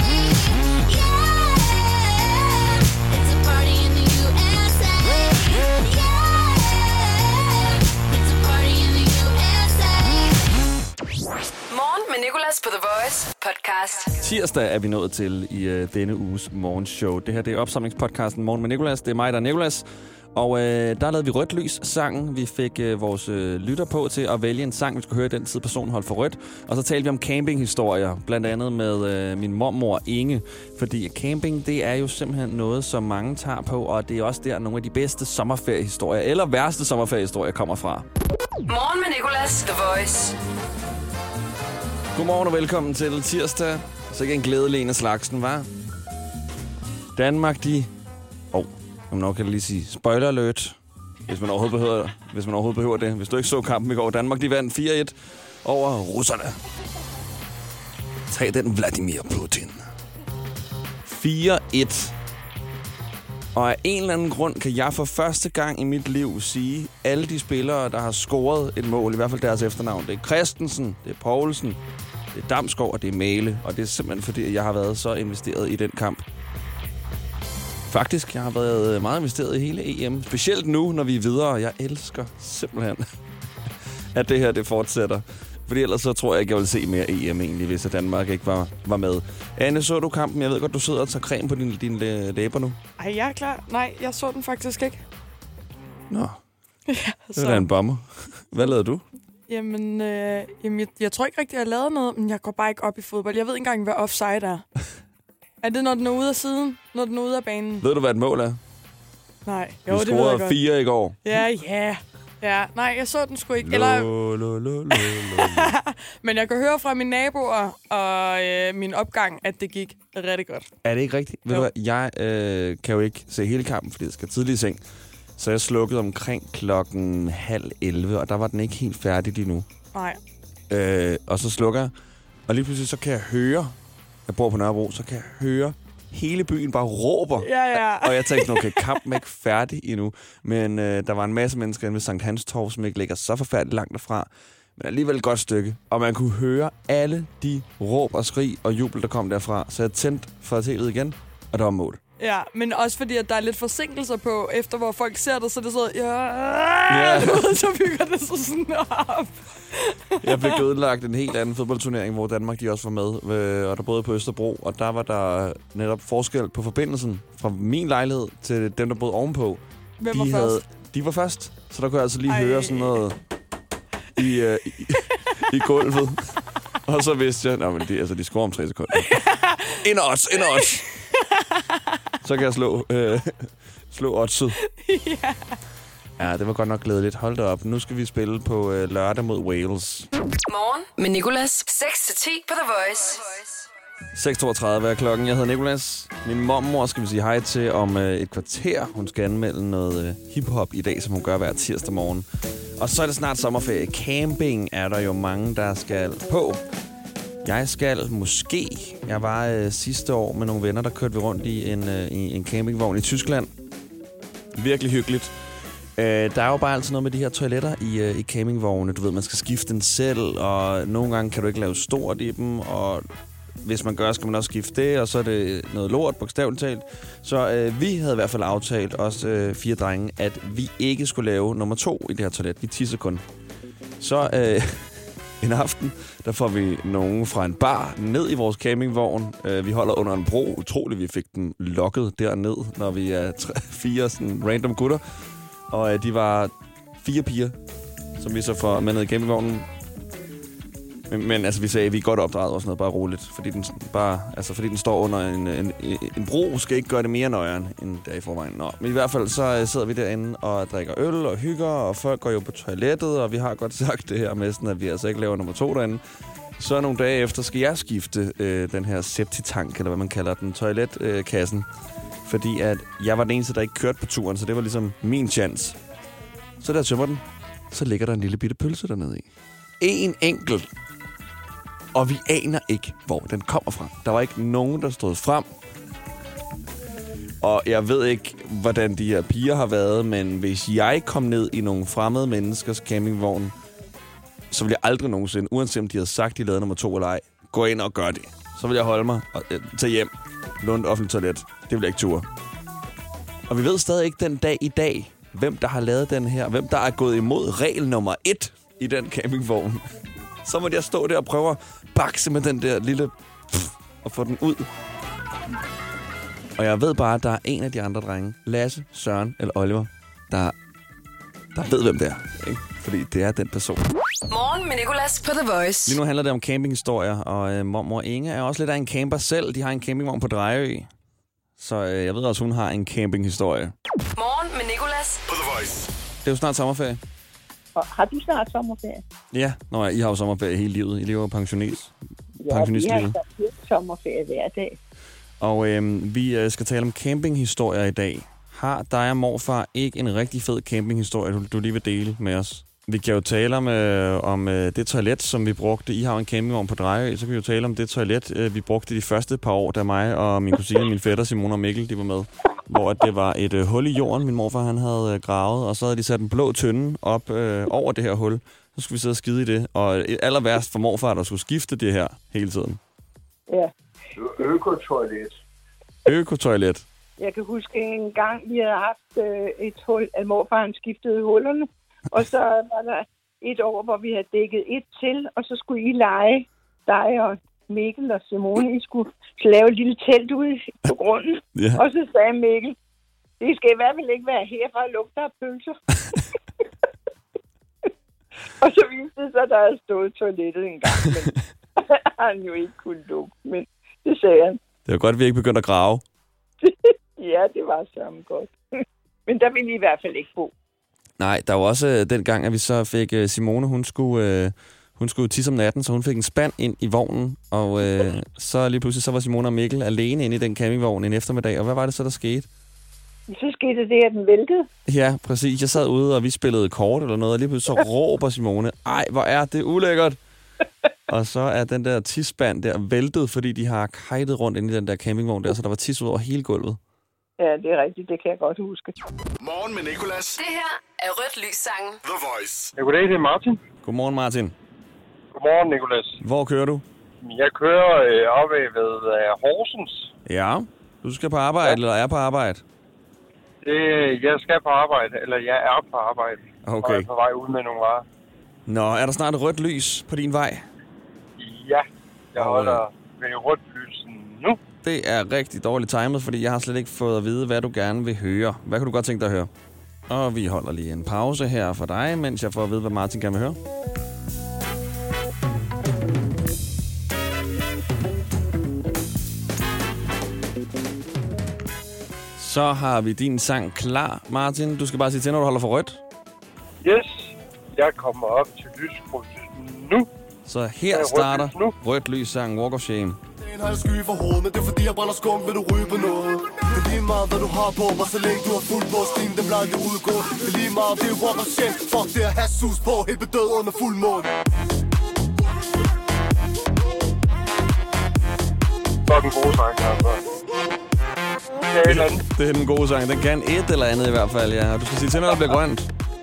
Speaker 7: Yeah. It's a party in the USA. Yeah. It's a party in the USA.
Speaker 1: Morgen med Nicolas på The Voice podcast.
Speaker 2: Tirsdag er vi nået til i denne uges morgenshow. Det her det er opsamlingspodcasten Morgen med Nicolas. Det er mig, der er Nicolas. Og der lavede vi Rødt Lys-sangen. Vi fik vores lytter på til at vælge en sang, vi skulle høre den tid, personen holdt for rødt. Og så talte vi om campinghistorier, blandt andet med min mormor Inge. Fordi camping, det er jo simpelthen noget, som mange tager på, og det er også der nogle af de bedste sommerferiehistorier, eller værste sommerferiehistorier kommer fra.
Speaker 1: Morgen med Nicolas, The Voice.
Speaker 2: Godmorgen og velkommen til tirsdag. Så ikke en glædelig en af slagsen, hva'? Danmark, de... Nok kan jeg lige sige spoiler alert, hvis man overhovedet behøver det. Hvis du ikke så kampen i går, Danmark, de vandt 4-1 over russerne. Tag den, Vladimir Putin. 4-1. Og af en eller anden grund kan jeg for første gang i mit liv sige, alle de spillere, der har scoret et mål, i hvert fald deres efternavn, det er Christensen, det er Poulsen, det er Damsgaard og det er Mæle. Og det er simpelthen fordi, jeg har været så investeret i den kamp. Faktisk, jeg har været meget investeret i hele EM. Specielt nu, når vi er videre. Jeg elsker simpelthen, at det her det fortsætter. Fordi ellers så tror jeg ikke, jeg vil se mere EM egentlig, hvis Danmark ikke var med. Anne, så du kampen? Jeg ved godt, du sidder og tager creme på dine læber nu.
Speaker 9: Ej, jeg er klar. Nej, jeg så den faktisk ikke.
Speaker 2: Nå,
Speaker 9: ja,
Speaker 2: det er da en bomber. Hvad lavede du?
Speaker 9: Jamen, jeg tror ikke rigtig, jeg har lavet noget, men jeg går bare ikke op i fodbold. Jeg ved ikke engang, hvad offside er. Er det, når den er ude af siden? Når den er ude af banen?
Speaker 2: Ved du, hvad et mål er?
Speaker 9: Nej.
Speaker 2: Jo, det ved jeg godt. Du scorede 4 i går.
Speaker 9: Ja. Nej, jeg så den sgu ikke. Men jeg kan høre fra mine naboer og min opgang, at det gik rigtig godt.
Speaker 2: Er det ikke rigtigt? Ved du hvad? Jeg kan jo ikke se hele kampen, fordi jeg skal tidlig i seng. Så jeg slukkede omkring 10:30, og der var den ikke helt færdig lige nu.
Speaker 9: Nej.
Speaker 2: Og så slukker jeg, og lige pludselig så kan jeg høre... Jeg bor på Nørrebro, så kan jeg høre hele byen bare råber.
Speaker 9: Ja.
Speaker 2: Og jeg tænkte, okay, kampen er ikke færdig endnu. Men der var en masse mennesker inde ved Sankt Hans Torv, som ikke ligger så forfærdeligt langt derfra. Men alligevel et godt stykke. Og man kunne høre alle de råb og skrig og jubel, der kom derfra. Så jeg tændte for TV'et igen, og der var mål.
Speaker 9: Ja, men også fordi, at der er lidt forsinkelser på, efter hvor folk ser det, så det så... Ja. Så bygger det så sådan op.
Speaker 2: Jeg fik ødelagt en helt anden fodboldturnering, hvor Danmark de også var med, og der boede på Østerbro, og der var der netop forskel på forbindelsen fra min lejlighed til dem, der boede ovenpå.
Speaker 9: Hvem var først?
Speaker 2: De var først, så der kunne jeg altså lige høre sådan noget i gulvet. Og så vidste jeg, men de scorer om 3 sekunder. Ind odds. Så kan jeg slå oddset. Ja, det var godt nok glædeligt. Hold da op. Nu skal vi spille på lørdag mod Wales.
Speaker 1: Morgen med Nicolas. 6-10 på The Voice.
Speaker 2: 6.32 er klokken. Jeg hedder Nicolas. Min mormor skal vi sige hej til om et kvarter. Hun skal anmelde noget hiphop i dag, som hun gør hver tirsdag morgen. Og så er det snart sommerferie. Camping er der jo mange, der skal på. Jeg skal måske. Jeg var sidste år med nogle venner, der kørte vi rundt i en campingvogn i Tyskland. Virkelig hyggeligt. Der er jo bare altid noget med de her toiletter i campingvogne. Du ved, man skal skifte den selv, og nogle gange kan du ikke lave stort i dem, og hvis man gør, skal man også skifte det, og så er det noget lort, bogstaveligt talt. Så vi havde i hvert fald aftalt, os 4 drenge, at vi ikke skulle lave nummer 2 i det her toilet. Vi tisser kun. Så en aften, der får vi nogen fra en bar ned i vores campingvogn. Vi holder under en bro. Utroligt, vi fik dem lokket derned, når vi er 4 sådan random gutter. Og de var 4 piger, som vi så får med ned i campingvognen. Men altså, vi sagde, at vi er godt opdraget og sådan noget, bare roligt. Fordi den står under en bro, skal ikke gøre det mere nøjeren end der i forvejen. Nå, men i hvert fald så sidder vi derinde og drikker øl og hygger, og folk går jo på toilettet, og vi har godt sagt det her med sådan, at vi altså ikke laver nummer 2 derinde. Så nogle dage efter skal jeg skifte den her septitank, eller hvad man kalder den, toiletkassen. Fordi at jeg var den eneste, der ikke kørte på turen, så det var ligesom min chance. Så der tømmer den, så ligger der en lille bitte pølse dernede i. En enkelt. Og vi aner ikke, hvor den kommer fra. Der var ikke nogen, der stod frem. Og jeg ved ikke, hvordan de her piger har været, men hvis jeg kom ned i nogle fremmede menneskers campingvogn, så ville jeg aldrig nogensinde, uanset om de havde sagt, de lavede nummer 2 eller ej, gå ind og gøre det. Så vil jeg holde mig og tage hjem, låne et offentligt toilet. Det vil jeg ikke ture. Og vi ved stadig ikke den dag i dag, hvem der har lavet den her, hvem der er gået imod regel nummer 1 i den campingvogn. Så må jeg stå der og prøve at bakse med den der lille og få den ud. Og jeg ved bare, at der er en af de andre drenge, Lasse, Søren eller Oliver, der ved, hvem det er. Ikke? Fordi det er den person.
Speaker 1: Morgen med Nicolas på The Voice.
Speaker 2: Lige nu handler det om campinghistorier, og mormor Inge er også lidt af en camper selv. De har en campingvogn på Drejø. Så jeg ved også, hun har en campinghistorie.
Speaker 1: Morgen med Nicolas
Speaker 13: på The Voice.
Speaker 2: Det er jo snart sommerferie.
Speaker 14: Og har du snart sommerferie?
Speaker 2: Ja, I har jo sommerferie hele livet. I lever pensionistlivet.
Speaker 14: Ja, vi har sommerferie hver dag.
Speaker 2: Og vi skal tale om campinghistorier i dag. Har dig og morfar ikke en rigtig fed campinghistorie, du lige vil dele med os? Vi kan jo tale om det toilet, som vi brugte. I har jo en campingvogn på Drejø, så kan vi jo tale om det toilet, vi brugte de første par år, da mig og min kusine, min fætter Simone og Mikkel, de var med. Hvor det var et hul i jorden, min morfar han havde gravet, og så havde de sat en blå tønde op over det her hul. Så skulle vi sidde og skide i det. Og aller værst for morfar, der skulle skifte det her hele tiden.
Speaker 14: Ja.
Speaker 13: Økotoilet.
Speaker 2: Økotoilet.
Speaker 14: Jeg kan huske en gang, vi havde haft et hul, at morfar han skiftede hullerne. Og så var der et år, hvor vi havde dækket et til, og så skulle I lege, dig og Mikkel og Simone, I skulle lave et lille telt ude på grunden. Ja. Og så sagde Mikkel, det skal i hvert fald ikke være herfra, lugter af pølser. Og så viste det sig, at der havde stået toilettet en gang, men han jo ikke kunne lugte, men det sagde han.
Speaker 2: Det var godt, at vi ikke begyndte at grave.
Speaker 14: Ja, det var sammen godt. Men der ville I hvert fald ikke bo.
Speaker 2: Nej, der var også den gang, at vi så fik Simone, hun skulle tisse om natten, så hun fik en spand ind i vognen, og så lige pludselig så var Simone og Mikkel alene inde i den campingvogn en eftermiddag, og hvad var det så, der skete?
Speaker 14: Så skete det, at den væltede.
Speaker 2: Ja, præcis. Jeg sad ude, og vi spillede kort eller noget, og lige pludselig så råber Simone, ej, hvor er det ulækkert! Og så er den der tisspand der væltet, fordi de har kajtet rundt inde i den der campingvogn der, så der var tis ud over hele gulvet.
Speaker 14: Ja, det er rigtigt. Det kan jeg godt huske.
Speaker 13: Morgen med Nicolas.
Speaker 1: Det her er Rødt Lys-sangen.
Speaker 13: The Voice.
Speaker 15: Ja, goddag, det er Martin.
Speaker 2: Godmorgen, Martin.
Speaker 15: Godmorgen, Nicolas.
Speaker 2: Hvor kører du?
Speaker 15: Jeg kører op ved Horsens.
Speaker 2: Ja, du skal på arbejde, eller er på arbejde?
Speaker 15: Jeg skal på arbejde, eller jeg er på arbejde.
Speaker 2: Okay.
Speaker 15: Og jeg er på vej ud med nogle varer.
Speaker 2: Nå, er der snart rødt lys på din vej?
Speaker 15: Ja, jeg holder ved rødt lys nu.
Speaker 2: Det er rigtig dårligt timet, fordi jeg har slet ikke fået at vide, hvad du gerne vil høre. Hvad kan du godt tænke dig at høre? Og vi holder lige en pause her for dig, mens jeg får at vide, hvad Martin gerne vil høre. Så har vi din sang klar, Martin. Du skal bare sige til, når du holder for rødt.
Speaker 15: Yes, jeg kommer op til lyskrydset nu.
Speaker 2: Så her starter rødt lys sang Walk of Shame.
Speaker 16: En halv sky for hovedet, men det er fordi jeg brænder skum, vil du ryge på noget. Det er lige meget, hvad du har på, og så længe du har fuld på stien, det bliver aldrig udgå. Det er lige meget, det er Walk of Shame. Fuck det at have sus på, helt bedød under fuld måne.
Speaker 15: Fucking gode sang, altså.
Speaker 2: Det er den gode sang. Den kan et eller andet i hvert fald, ja. Og du skal sige til, når det bliver grønt.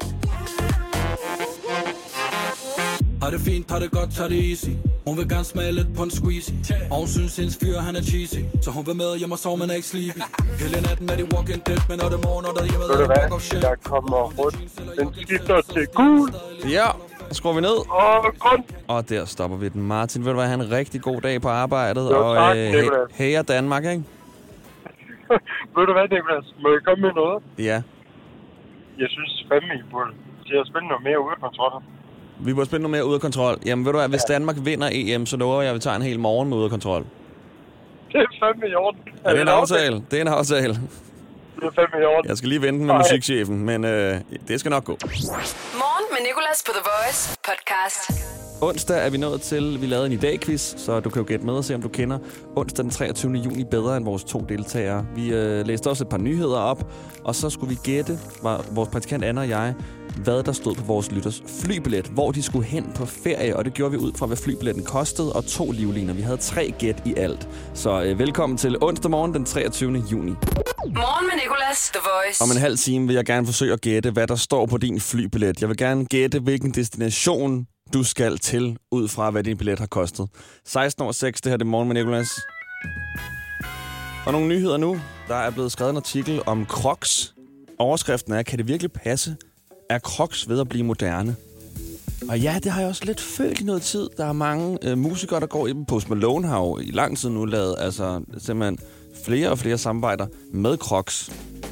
Speaker 17: Har det fint, har det godt, tager det easy. Hun vil gerne smage lidt på en squeezy. Og hun synes, hendes fyr, han er cheesy. Så hun vil med hjem og sove, men er ikke sleepy. Hele natten er de walking dead, men når det morgen, og der hjemme er det walk of shame.
Speaker 15: Jeg kommer rødt. Den skifter til gul.
Speaker 2: Ja, så skruer vi ned.
Speaker 15: Og grøn.
Speaker 2: Og der stopper vi den. Martin, ved du hvad, han en rigtig god dag på arbejdet.
Speaker 15: Jo,
Speaker 2: og
Speaker 15: tak,
Speaker 2: hejer Danmark, ikke?
Speaker 15: Ved du hvad, Nicolas? Må jeg komme med noget?
Speaker 2: Ja.
Speaker 15: Jeg synes fandme, I burde til at spille noget mere ude af kontrol.
Speaker 2: Vi burde spille noget mere ude af kontrol. Jamen ved du hvad, hvis Danmark vinder EM, så lover jeg, at vi tager en hel morgen med ude af kontrol.
Speaker 15: Det er fandme i orden.
Speaker 2: Ja, det er en aftale. Det er en aftale.
Speaker 15: Det er fandme i orden.
Speaker 2: Jeg skal lige vente med musikchefen, men det skal nok gå.
Speaker 1: Morgen med Nicolas på The Voice podcast.
Speaker 2: Onsdag er vi nået til, vi lavede en i-dag-quiz, så du kan jo gætte med og se, om du kender onsdag den 23. juni bedre end vores 2 deltagere. Vi læste også et par nyheder op, og så skulle vi gætte, var vores praktikant Anna og jeg, hvad der stod på vores lytters flybillet, hvor de skulle hen på ferie, og det gjorde vi ud fra, hvad flybilletten kostede, og 2 livliner. Vi havde 3 gæt i alt. Så velkommen til onsdag morgen den 23. juni.
Speaker 1: Morgen med Nicolas, The Voice.
Speaker 2: Om en halv time vil jeg gerne forsøge at gætte, hvad der står på din flybillet. Jeg vil gerne gætte, hvilken destination du skal til, ud fra hvad din billet har kostet. 16:06, det her er Morgen med Nicolas. Og nogle nyheder nu. Der er blevet skrevet en artikel om Crocs. Overskriften er, kan det virkelig passe? Er Crocs ved at blive moderne? Og ja, det har jeg også lidt følt i noget tid. Der er mange musikere, der går i dem. Post Malone har jo i lang tid nu lavet simpelthen flere og flere samarbejder med Crocs.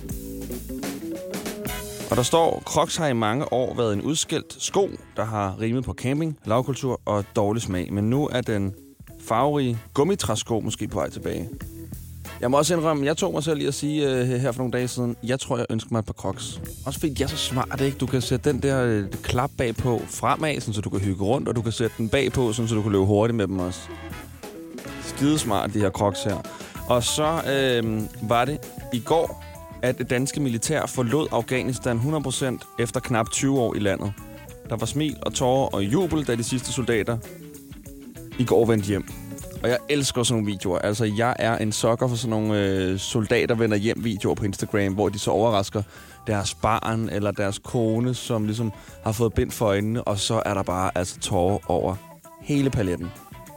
Speaker 2: Og der står, Crocs har i mange år været en udskilt sko, der har rimet på camping, lavkultur og dårlig smag. Men nu er den farverige gummitræsko måske på vej tilbage. Jeg må også indrømme, jeg tog mig selv lige at sige her for nogle dage siden, jeg tror, jeg ønsker mig et par Crocs. Også fordi de er så smart, ikke? Du kan sætte den der klap bagpå fremad, så du kan hygge rundt, og du kan sætte den bagpå, så du kan løbe hurtigt med dem også. Skidesmart, de her Crocs her. Og så var det i går, at det danske militær forlod Afghanistan 100% efter knap 20 år i landet. Der var smil og tårer og jubel, da de sidste soldater i går vendte hjem. Og jeg elsker sådan nogle videoer. Altså, jeg er en sukker for sådan nogle soldater vender hjem videoer på Instagram, hvor de så overrasker deres barn eller deres kone, som ligesom har fået bind for øjnene, og så er der bare tårer over hele paletten.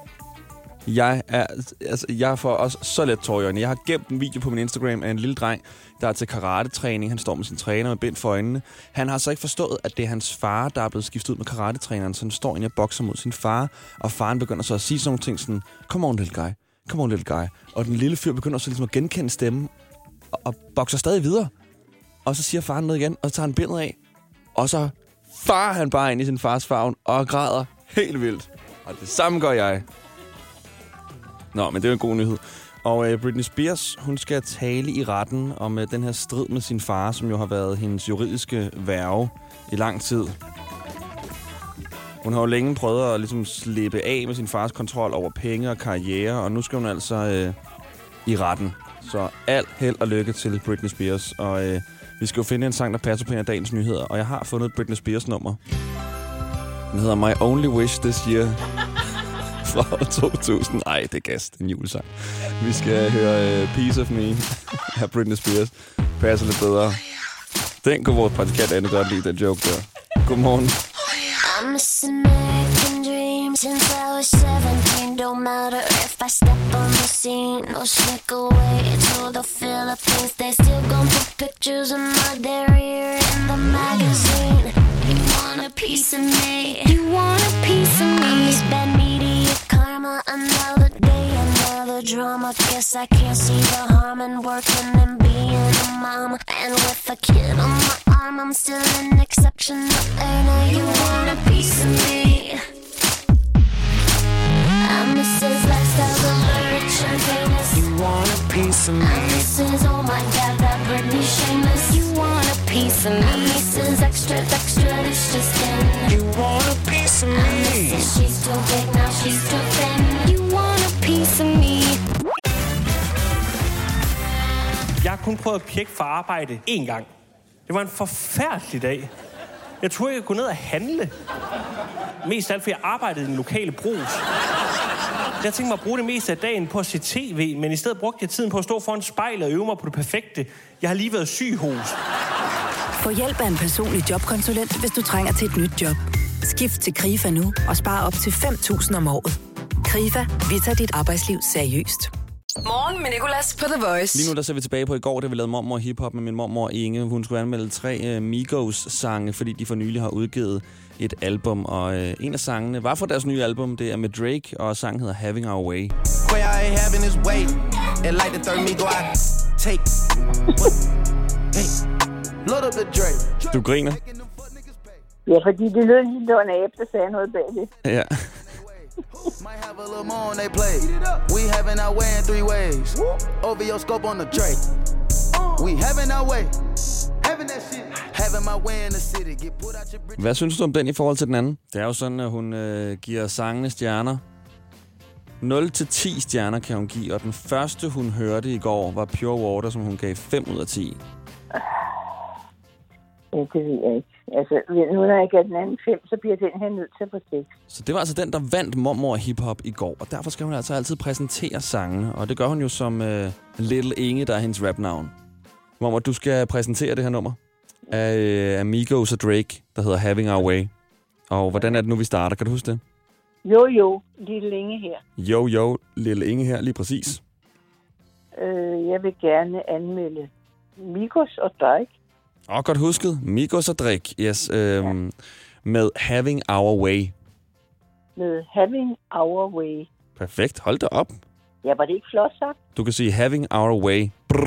Speaker 2: Jeg får også så let tårer i øjnene. Jeg har gemt en video på min Instagram af en lille dreng, der er til karate-træning. Han står med sin træner med bind for øjnene. Han har så ikke forstået, at det er hans far, der er blevet skiftet ud med karate-træneren, så han står inde og bokser mod sin far, og faren begynder så at sige sådan nogle ting sådan, come on little guy, come on little guy. Og den lille fyr begynder så ligesom at genkende stemmen, og bokser stadig videre. Og så siger faren noget igen, og så tager han bindet af, og så farer han bare ind i sin fars favn og græder helt vildt. Og det samme gør jeg. Nå, men det er jo en god nyhed. Og Britney Spears, hun skal tale i retten om den her strid med sin far, som jo har været hendes juridiske værge i lang tid. Hun har jo længe prøvet at ligesom slippe af med sin fars kontrol over penge og karriere, og nu skal hun altså i retten. Så alt held og lykke til Britney Spears. Og vi skal jo finde en sang, der passer på en af dagens nyheder, og jeg har fundet et Britney Spears nummer. Den hedder My Only Wish This Year. Fra 2000. Ej, det er gas. Det er en julesang. Vi skal høre Piece of Me af Britney Spears. Passer lidt bedre. Den kunne vores praktikant Anne godt lide, den joke der. Godmorgen.
Speaker 8: I'm missing American dreams since I was 17. Don't matter if I step on the scene or sneak away to the Philippines. They still gon' put pictures of my derriere in the magazine. You want a piece of me? You want a piece of me? I'm this bad media karma. Another day, another drama. Guess I can't see the harm in working and being a mom. And with a kid on my arm, I'm still an exceptional earner. You want a piece of me? I'm Mrs. Lifestyles of the rich and famous.
Speaker 16: You want a piece of me?
Speaker 8: I'm Mrs. Oh my God, that Courtney Shameless. You want a piece of me? This is extra, delicious skin. You want a piece of me? She's too big, now she's too thin. You want a piece of me?
Speaker 10: Jeg har kun prøvet at pjekke for arbejde én gang. Det var en forfærdelig dag. Jeg troede, jeg kunne gå ned og handle. Mest alt, fordi jeg arbejdede i den lokale brus. Jeg tænkte mig at bruge det meste af dagen på at se tv, men i stedet brugte jeg tiden på at stå foran spejlet og øve mig på det perfekte. Jeg har lige været syg hos.
Speaker 11: Få hjælp af en personlig jobkonsulent, hvis du trænger til et nyt job. Skift til KRIFA nu og spar op til 5.000 om året. KRIFA, vi tager dit arbejdsliv seriøst.
Speaker 1: Morgen med Nicolas på The Voice.
Speaker 2: Lige nu der ser vi tilbage på i går, da vi lavede mormor hiphop med min mormor Inge. Hun skulle anmelde 3 Migos-sange, fordi de for nylig har udgivet et album. Og en af sangene var fra deres nye album. Det er med Drake, og sangen hedder Having Our Way. Du griner?
Speaker 14: Ja, fordi det lød lige, der var en abe, der sagde noget bag det.
Speaker 2: Ja.
Speaker 12: Might have a little more on they play. We having our way in 3 ways. Over your scope on the Drake. We having our way. Having that shit. Having my way in the city. Get put out your bridge.
Speaker 2: Hvad synes du om den i forhold til den anden? Det er jo sådan, at hun giver sangene stjerner. 0-10 stjerner kan hun give, og den første, hun hørte i går, var Pure Water, som hun gav 5 ud af 10.
Speaker 14: Ja, det ved jeg ikke. Altså, nu når jeg gav den anden 5, så bliver den her nødt til at få 6.
Speaker 2: Så det var altså den, der vandt mormor hiphop i går, og derfor skal hun altså altid præsentere sangene, og det gør hun jo som Little Inge, der er hendes rapnavn. Mormor, du skal præsentere det her nummer af Migos og Drake, der hedder Having Our Way. Og hvordan er det nu, vi starter? Kan du huske det?
Speaker 14: Jo, Little Inge her.
Speaker 2: Jo, Little Inge her, lige præcis.
Speaker 14: Jeg vil gerne anmelde Migos og Drake.
Speaker 2: Godt husket. Migos og Drake, yes. Med Having Our Way.
Speaker 14: Med Having Our Way.
Speaker 2: Perfekt. Hold da op.
Speaker 14: Ja, var det ikke flot sagt?
Speaker 2: Du kan sige Having Our Way.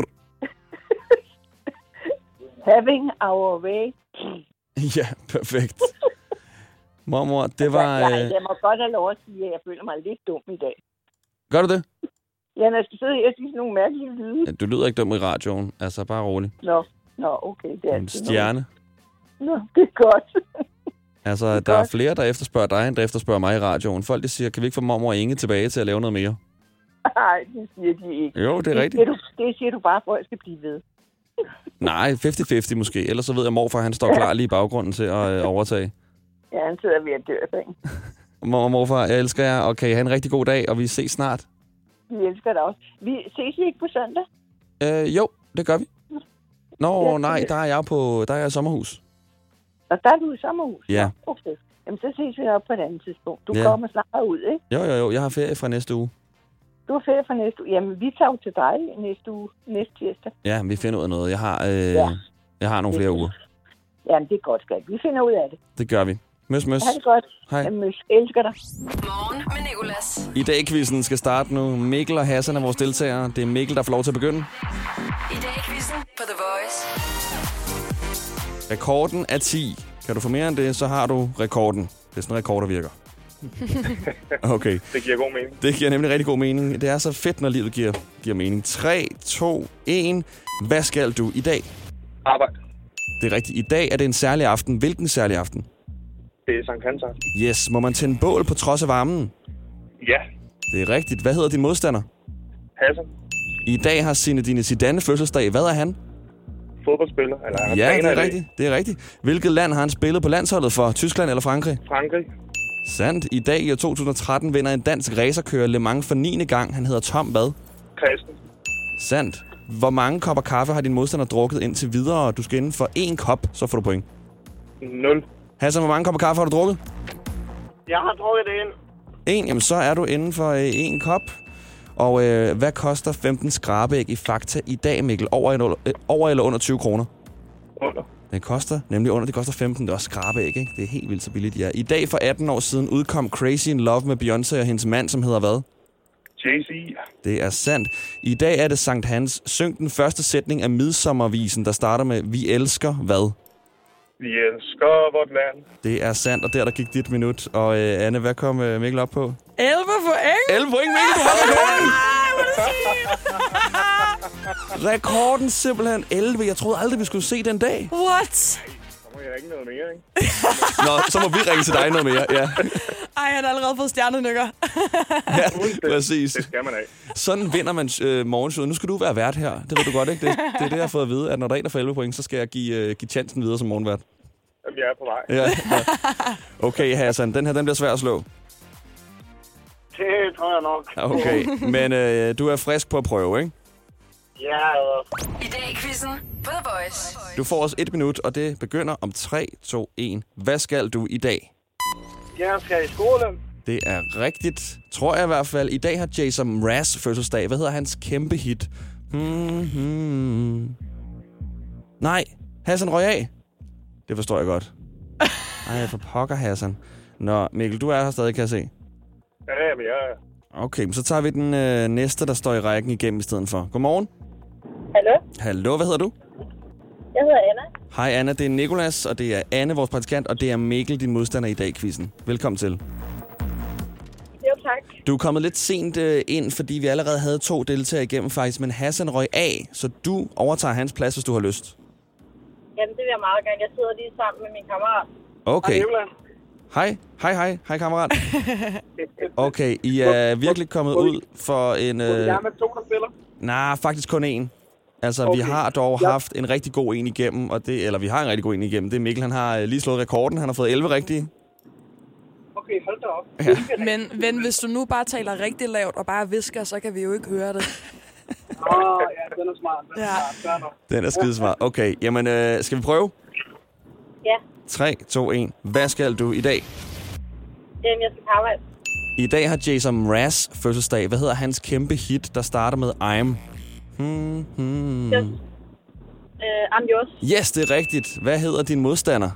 Speaker 14: Having Our Way.
Speaker 2: Ja, perfekt. Mormor, det var...
Speaker 14: Jeg må godt have lov at sige, at jeg føler mig lidt dum i dag.
Speaker 2: Gør du det?
Speaker 14: Ja, når jeg skal sidde her og sige sådan nogle mærkelige lyde.
Speaker 2: Ja, du lyder ikke dum i radioen. Altså, bare rolig.
Speaker 14: Nå, okay. Det er
Speaker 2: en stjerne.
Speaker 14: Nå, det er godt.
Speaker 2: Altså, der er flere, der efterspørger dig, end der efterspørger mig i radioen. Folk, de siger, kan vi ikke få mormor Inge tilbage til at lave noget mere?
Speaker 14: Nej, det siger de ikke.
Speaker 2: Jo, det er rigtigt.
Speaker 14: Det siger du bare, for at jeg skal blive ved.
Speaker 2: Nej, 50-50 måske. Ellers så ved jeg, at morfar han står klar lige i baggrunden til at overtage.
Speaker 14: Ja, han sidder ved at dø, ikke?
Speaker 2: Morfar, jeg elsker jer, og kan I have en rigtig god dag, og vi ses snart.
Speaker 14: Vi elsker dig også. Vi ses ikke på søndag?
Speaker 2: Jo, det gør vi. Nå, nej, der er jeg i sommerhus.
Speaker 14: Og der er du i sommerhus?
Speaker 2: Ja.
Speaker 14: Okay. Jamen, så ses vi op på et andet tidspunkt. Du kommer snart ud, ikke?
Speaker 2: Jo. Jeg har ferie fra næste uge.
Speaker 14: Du har ferie fra næste uge? Jamen, vi tager jo til dig næste uge, næste tirsdag.
Speaker 2: Ja, vi finder ud af noget. Jeg har nogle flere uger.
Speaker 14: Jamen, det er godt, skat. Vi finder ud af det.
Speaker 2: Det gør vi. Møs.
Speaker 14: Ha' det godt.
Speaker 2: Hej.
Speaker 14: Jamen, elsker dig.
Speaker 1: Morgen med Nicolas.
Speaker 2: I dag quizzen skal starte nu. Mikkel og Hassan er vores deltagere. Det er Mikkel, der får lov til at begynde.
Speaker 1: I dag quizzen på The Voice.
Speaker 2: Rekorden er 10. Kan du få mere end det, så har du rekorden. Det er sådan en rekord, der virker. Okay.
Speaker 15: Det giver god mening.
Speaker 2: Det giver nemlig rigtig god mening. Det er så fedt, når livet giver mening. 3, 2, 1. Hvad skal du i dag?
Speaker 15: Arbejde.
Speaker 2: Det er rigtigt. I dag er det en særlig aften. Hvilken særlig aften?
Speaker 15: Det er Sankt Hans aften.
Speaker 2: Yes. Må man tænde bål på trods af varmen?
Speaker 15: Ja.
Speaker 2: Det er rigtigt. Hvad hedder din modstander?
Speaker 15: Hassan.
Speaker 2: I dag har Zinedine Zidane fødselsdag. Hvad er han?
Speaker 15: Fodboldspiller. Eller
Speaker 2: ja, det er rigtigt. Det er rigtigt. Hvilket land har han spillet på landsholdet for? Tyskland eller Frankrig?
Speaker 15: Frankrig.
Speaker 2: Sandt. I dag i 2013 vinder en dansk racerkører Le Mans for 9. gang. Han hedder Tom hvad?
Speaker 15: Christen.
Speaker 2: Sandt. Hvor mange kopper kaffe har din modstander drukket indtil videre? Du skal inden for 1 kop, så får du point.
Speaker 15: 0.
Speaker 2: Hassan, hvor mange kopper kaffe har du drukket?
Speaker 15: Jeg har drukket det ind.
Speaker 2: 1. Jamen, så er du inden for 1 kop. Og hvad koster 15 skrabeæg i Fakta i dag, Mikkel? Over eller under 20 kroner?
Speaker 15: Under.
Speaker 2: Det koster nemlig under. Det koster 15. Det er også skrabeæg, ikke? Det er helt vildt så billigt, ja. I dag for 18 år siden udkom Crazy in Love med Beyoncé og hendes mand, som hedder hvad?
Speaker 15: Jay-Z.
Speaker 2: Det er sandt. I dag er det Sankt Hans. Syng den første sætning af Midsommervisen, der starter med Vi elsker hvad?
Speaker 15: Vi elsker vort land.
Speaker 2: Det er sandt, og der gik dit minut. Og Anne, hvad kom Mikkel op på?
Speaker 9: 11 point!
Speaker 2: 11 point, Mikkel! Du har rekorden! Rekorden simpelthen 11. Jeg troede aldrig, vi skulle se den dag.
Speaker 6: What?
Speaker 15: Så må jeg ringe noget mere, ikke?
Speaker 2: Nå, så må vi ringe til dig noget mere. Ja,
Speaker 9: Ej, han har allerede fået stjernenykker.
Speaker 2: ja præcis.
Speaker 15: Det skal man have.
Speaker 2: Sådan vinder man morgenshowet. Nu skal du være vært her. Det ved du godt, ikke? Det er det, jeg har fået at vide, at når der er en, der får 11 point, så skal jeg give chancen videre som morgenvært.
Speaker 15: Jamen, jeg er på vej.
Speaker 2: Ja. Okay, Hassan, den her den bliver svær at slå.
Speaker 15: Det tror jeg nok.
Speaker 2: Okay, men du er frisk på at prøve, ikke?
Speaker 15: Ja,
Speaker 1: I dag i quizzen på The Voice.
Speaker 2: Du får os 1 minut, og det begynder om 3, 2, 1. Hvad skal du i dag?
Speaker 15: jeg skal i skole.
Speaker 2: Det er rigtigt, tror jeg i hvert fald. I dag har Jason Mraz fødselsdag. Hvad hedder hans kæmpe hit? Nej, Hassan røg af. Det forstår jeg godt. Ej, for pokker, Hassan. Nå, Mikkel, du er her stadig, kan jeg se.
Speaker 15: Ja, men jeg er.
Speaker 2: Okay, men så tager vi den næste, der står i rækken igennem i stedet for. Godmorgen.
Speaker 18: Hallo?
Speaker 2: Hallo, hvad hedder du?
Speaker 18: Jeg hedder Anna.
Speaker 2: Hej Anna, det er Nicolas, og det er Anne, vores praktikant, og det er Mikkel, din modstander i dag i quizzen. Velkommen til.
Speaker 18: Jo, tak.
Speaker 2: Du er kommet lidt sent ind, fordi vi allerede havde 2 deltagere igennem faktisk, men Hassan røg af, så du overtager hans plads, hvis du har lyst.
Speaker 18: Jamen, det vil jeg meget gerne. Jeg sidder lige sammen med min kammerat.
Speaker 2: Okay. Hej kammerat. Okay, I er virkelig kommet ud for en...
Speaker 15: Må vi gerne med 2, der spiller?
Speaker 2: Nej, faktisk kun 1. Altså, okay. Vi har dog haft en rigtig god en igennem, og det, eller vi har en rigtig god en igennem. Det er Mikkel, han har lige slået rekorden. Han har fået 11 rigtige.
Speaker 15: Okay, hold da op.
Speaker 2: Ja.
Speaker 9: Men ven, hvis du nu bare taler rigtig lavt og bare visker, så kan vi jo ikke høre det.
Speaker 15: Ja, den er smart.
Speaker 2: Den er skidesmart. Okay, jamen, skal vi prøve?
Speaker 18: Ja.
Speaker 2: 3, 2, 1. Hvad skal du i dag?
Speaker 18: Jeg skal på arbejde.
Speaker 2: I dag har Jason Mraz fødselsdag. Hvad hedder hans kæmpe hit, der starter med I'm?
Speaker 18: I'm yours.
Speaker 2: Yes, det er rigtigt. Hvad hedder din modstander?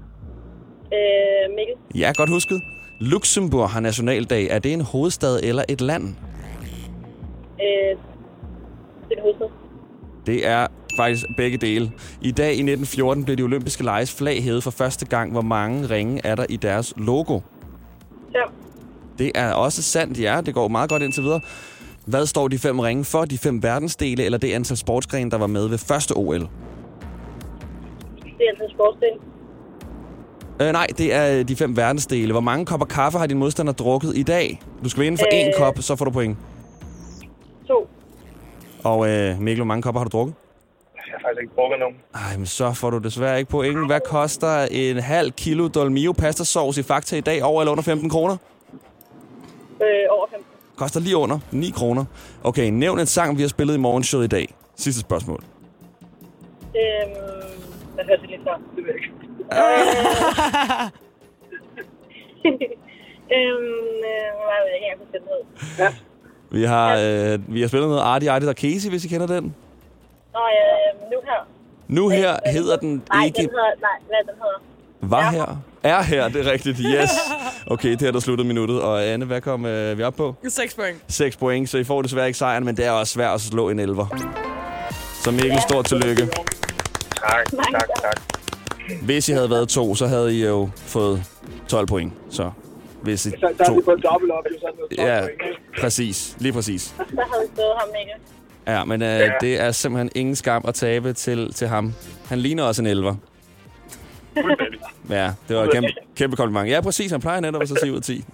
Speaker 18: Mikkel.
Speaker 2: Ja, godt husket. Luxembourg har nationaldag. Er det en hovedstad eller et land?
Speaker 18: Det er en hovedstad.
Speaker 2: Det er faktisk begge dele. I dag i 1914 blev de olympiske leges flag hævet for første gang. Hvor mange ringe er der i deres logo?
Speaker 18: 5.
Speaker 2: Det er også sandt, ja. Det går meget godt indtil videre. Hvad står de 5 ringe for? De 5 verdensdele eller det antal sportsgrene, der var med ved første OL?
Speaker 18: Det er antal sportsdele.
Speaker 2: Nej, det er de 5 verdensdele. Hvor mange kopper kaffe har din modstander drukket i dag? Du skal vinde for 1 kop, så får du point.
Speaker 18: 2.
Speaker 2: Og Mikkel, hvor mange kopper har du drukket?
Speaker 15: Jeg har faktisk ikke drukket nogen.
Speaker 2: Ej, men så får du desværre ikke point. Hvad koster en halv kilo Dolmio pastasauce i Fakta i dag? Over eller under 15 kroner?
Speaker 18: Over 15.
Speaker 2: Koster lige under 9 kroner. Okay, nævn en sang, vi har spillet i morgenshowet i dag. Sidste spørgsmål.
Speaker 18: Hvad hørte det lidt før? Det ved jeg ikke. Hvad ved jeg ikke, jeg
Speaker 15: Ja.
Speaker 2: Vi har spillet noget Artie Artie og Casey, hvis I kender den.
Speaker 18: Nå, nu her.
Speaker 2: Nu her hedder den
Speaker 18: Nej,
Speaker 2: ikke...
Speaker 18: hvad den hedder?
Speaker 2: Var her? Er her, det er rigtigt. Yes. Okay, det er der sluttet minuttet. Og Anne, hvad kom vi op på?
Speaker 9: 6 point.
Speaker 2: 6 point, så I får desværre ikke sejren, men det er også svært at slå en 11'er. Så Mikkel, stort tillykke.
Speaker 15: Tak.
Speaker 2: Hvis I havde været 2, så havde I jo fået 12 point. Så hvis I
Speaker 15: Så er vi på en dobbelt op, jo sådan
Speaker 2: ja, præcis. Lige præcis.
Speaker 18: Så havde vi stået ham, Mikkel.
Speaker 2: Ja, men det er simpelthen ingen skam at tabe til ham. Han ligner også en 11'er. Ja, det var et kæmpe kompliment. Ja, præcis. Han plejer netop at sige ud af 10.
Speaker 1: The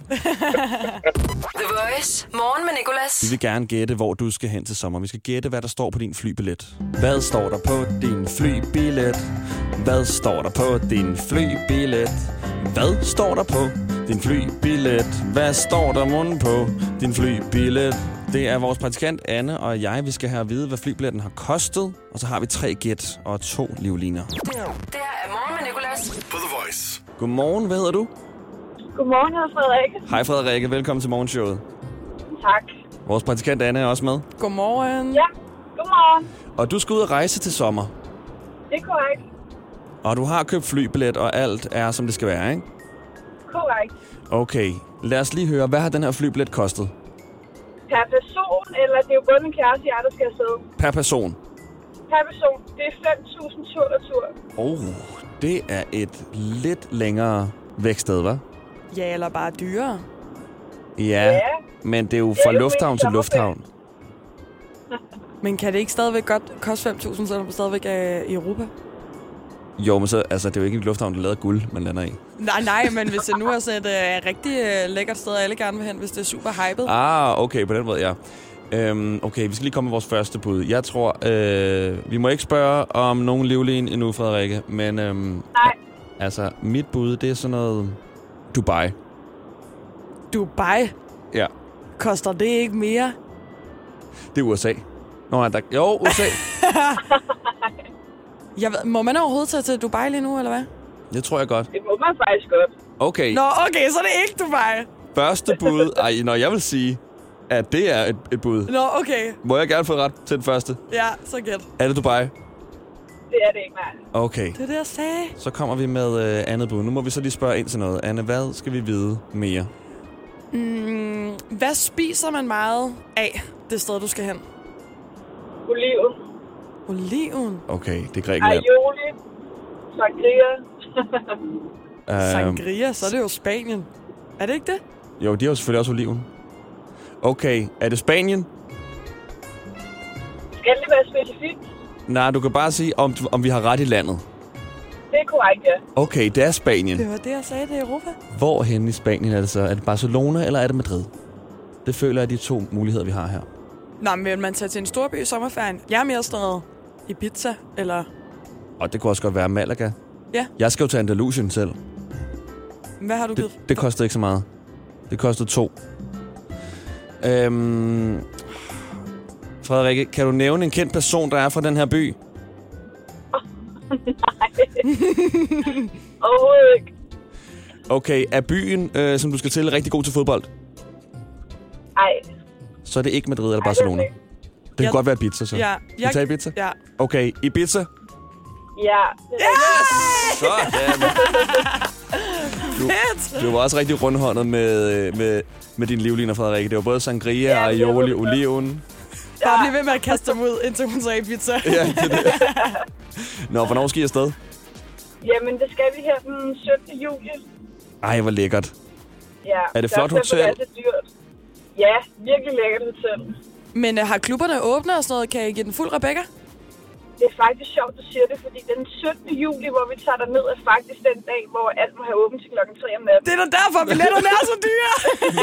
Speaker 1: Voice. Morgen med Nicolas.
Speaker 2: Vi vil gerne gætte, hvor du skal hen til sommer. Vi skal gætte, hvad der står på din flybillet. Hvad står der på din flybillet? Hvad står der på din flybillet? Hvad står der på din flybillet? Hvad står der munden på din flybillet? Det er vores praktikant Anne og jeg. Vi skal have at vide, hvad flybilletten har kostet. Og så har vi 3 gæt og 2 livliner.
Speaker 1: Det her er Morgen med Nicolas.
Speaker 13: På The Voice.
Speaker 2: Godmorgen, hvad hedder du?
Speaker 18: Godmorgen, jeg hedder Frederikke.
Speaker 2: Hej Frederikke, velkommen til morgenshowet.
Speaker 18: Tak.
Speaker 2: Vores praktikant Anne er også med.
Speaker 9: Godmorgen.
Speaker 18: Ja, godmorgen.
Speaker 2: Og du skal ud og rejse til sommer.
Speaker 18: Det er korrekt.
Speaker 2: Og du har købt flybillet, og alt er, som det skal være, ikke?
Speaker 18: Korrekt.
Speaker 2: Okay, lad os lige høre, hvad har den her flybillet kostet?
Speaker 18: Per person, eller det er jo både min kæreste og jeg, der skal afsted?
Speaker 2: Per person.
Speaker 18: Per person, det er 5.000 tur og tur.
Speaker 2: Det er et lidt længere væksted, hva'?
Speaker 9: Ja, eller bare dyrere.
Speaker 2: Ja, men det er jo fra lufthavn til lufthavn.
Speaker 9: Men kan det ikke stadigvæk godt koste 5.000, selvom du stadigvæk er i Europa?
Speaker 2: Jo, men så, altså, det er jo ikke en lufthavn, der lader guld, man lander i.
Speaker 9: Nej, men hvis det nu er sådan et rigtig lækkert sted, alle gerne vil hen, hvis det er super hyped.
Speaker 2: Okay, på den måde, ja. Okay, vi skal lige komme med vores første bud. Jeg tror, vi må ikke spørge om nogen livlin endnu, Frederikke, men
Speaker 18: nej.
Speaker 2: Altså, mit bud, det er sådan noget Dubai.
Speaker 9: Dubai?
Speaker 2: Ja.
Speaker 9: Koster det ikke mere?
Speaker 2: Det er USA. Jo, USA.
Speaker 9: Må man overhovedet tage til Dubai lige nu, eller hvad?
Speaker 2: Det tror jeg godt.
Speaker 18: Det må man faktisk godt.
Speaker 2: Okay.
Speaker 9: Nå, okay, så er det ikke Dubai.
Speaker 2: Første bud. Jeg vil sige, at det er et bud.
Speaker 9: Nå, okay.
Speaker 2: Må jeg gerne få ret til den første?
Speaker 9: Ja, så gæt.
Speaker 2: Er det Dubai?
Speaker 18: Det er det ikke, nej.
Speaker 2: Okay.
Speaker 9: Det er det, jeg sagde.
Speaker 2: Så kommer vi med andet bud. Nu må vi så lige spørge ind til noget. Anne, hvad skal vi vide mere?
Speaker 9: Hvad spiser man meget af det sted, du skal hen?
Speaker 18: Oliven.
Speaker 9: Oliven?
Speaker 2: Okay, det er Grækenland.
Speaker 18: Aioli. Sangria.
Speaker 9: Sangria, så er det jo Spanien. Er det ikke det?
Speaker 2: Jo, de har jo selvfølgelig også oliven. Okay, er det Spanien?
Speaker 18: Skal det være specifikt?
Speaker 2: Nej, du kan bare sige, om vi har ret i landet.
Speaker 18: Det er korrekt, ja.
Speaker 2: Okay, det er Spanien.
Speaker 9: Det var det, jeg sagde, det er Europa.
Speaker 2: Hvor hen i Spanien er det så? Er det Barcelona, eller er det Madrid? Det føler jeg de to muligheder, vi har her.
Speaker 9: Nå, men vil man tage til en storby i sommerferien? Jeg er mere sådan Ibiza, eller...
Speaker 2: Og det kunne også godt være Malaga.
Speaker 9: Ja.
Speaker 2: Jeg skal jo til Andalusien selv.
Speaker 9: Hvad har du givet?
Speaker 2: Det kostede ikke så meget. Det kostede 2. Frederikke, kan du nævne en kendt person, der er fra den her by?
Speaker 18: Nej. Overhovedet ikke.
Speaker 2: Okay, er byen, som du skal til, rigtig god til fodbold?
Speaker 18: Nej.
Speaker 2: Så er det ikke Madrid eller Barcelona. Det kan godt være Ibiza, så.
Speaker 9: Ja.
Speaker 2: Vi tager Ibiza?
Speaker 9: Ja.
Speaker 2: Okay, Ibiza?
Speaker 18: Ja.
Speaker 2: Yes! Sådan. Du var også rigtig rundhåndet med din livliner, Frederikke. Det var både sangria, aioli, oliven.
Speaker 9: Bare bliv ved med at kaste dem ud, indtil hun sagde pizza.
Speaker 2: Ja, det er det. Nå, hvornår skal I afsted?
Speaker 18: Jamen, det skal vi her den 17. juli.
Speaker 2: Ej, hvor lækkert.
Speaker 18: Ja.
Speaker 2: Er det flot hotel?
Speaker 18: Det er så dyrt. Ja, virkelig lækkert hotel.
Speaker 9: Men har klubberne åbnet og sådan noget? Kan I give den fuld Rebecca?
Speaker 18: Det er faktisk sjovt, du siger det, fordi den 17. juli, hvor vi tager ned, er faktisk den dag, hvor alt må have åbent til klokken 3 om natten.
Speaker 9: Det er da derfor, billetterne er så dyre.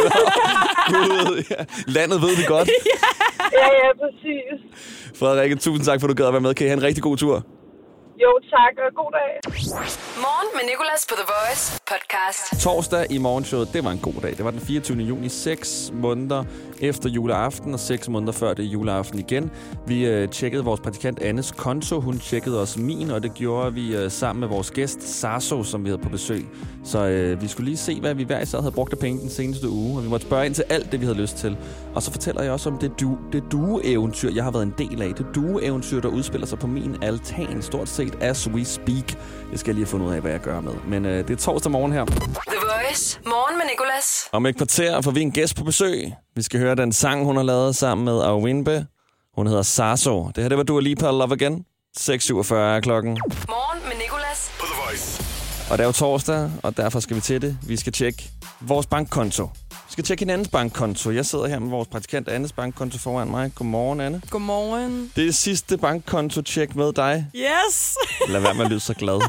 Speaker 2: Gud, ja. Landet ved det godt.
Speaker 18: Ja, præcis.
Speaker 2: Frederikke, tusind tak, for at du gad at være med. Kan I have en rigtig god tur?
Speaker 18: Jo, tak, og god dag.
Speaker 1: Morgen med Nicolas på The Voice podcast.
Speaker 2: Torsdag i morgenshowet, det var en god dag. Det var den 24. juni, 6 måneder efter juleaften, og 6 måneder før det er juleaften igen. Vi tjekkede vores praktikant Annes konto. Hun tjekkede også min, og det gjorde vi sammen med vores gæst Sasso, som vi havde på besøg. Så vi skulle lige se, hvad vi hver især havde brugt af penge den seneste uge, og vi måtte spørge ind til alt det, vi havde lyst til. Og så fortæller jeg også om det duo-eventyr, jeg har været en del af. Det duo-eventyr, der udspiller sig på min altan, stort set as we speak. Det skal jeg lige have fundet ud af, hvad jeg gør med. Men det er torsdag morgen her.
Speaker 1: The Voice. Morgen med Nicolas.
Speaker 2: Om et kvarter får vi en gæst på besøg. Vi skal høre den sang, hun har lavet sammen med Awinbe. Hun hedder Sasso. Det her, det var Dua Lipa, Love Again. 6:47 er klokken.
Speaker 1: Morgen med Nicolas.
Speaker 13: På The Voice.
Speaker 2: Og det er jo torsdag, og derfor skal vi til det. Vi skal tjekke vores bankkonto. Vi skal tjekke hinandens bankkonto. Jeg sidder her med vores praktikant Annes bankkonto foran mig. Godmorgen, Anne.
Speaker 9: Godmorgen.
Speaker 2: Det er sidste bankkonto-tjek med dig.
Speaker 9: Yes!
Speaker 2: Lad være med at lyde så glad.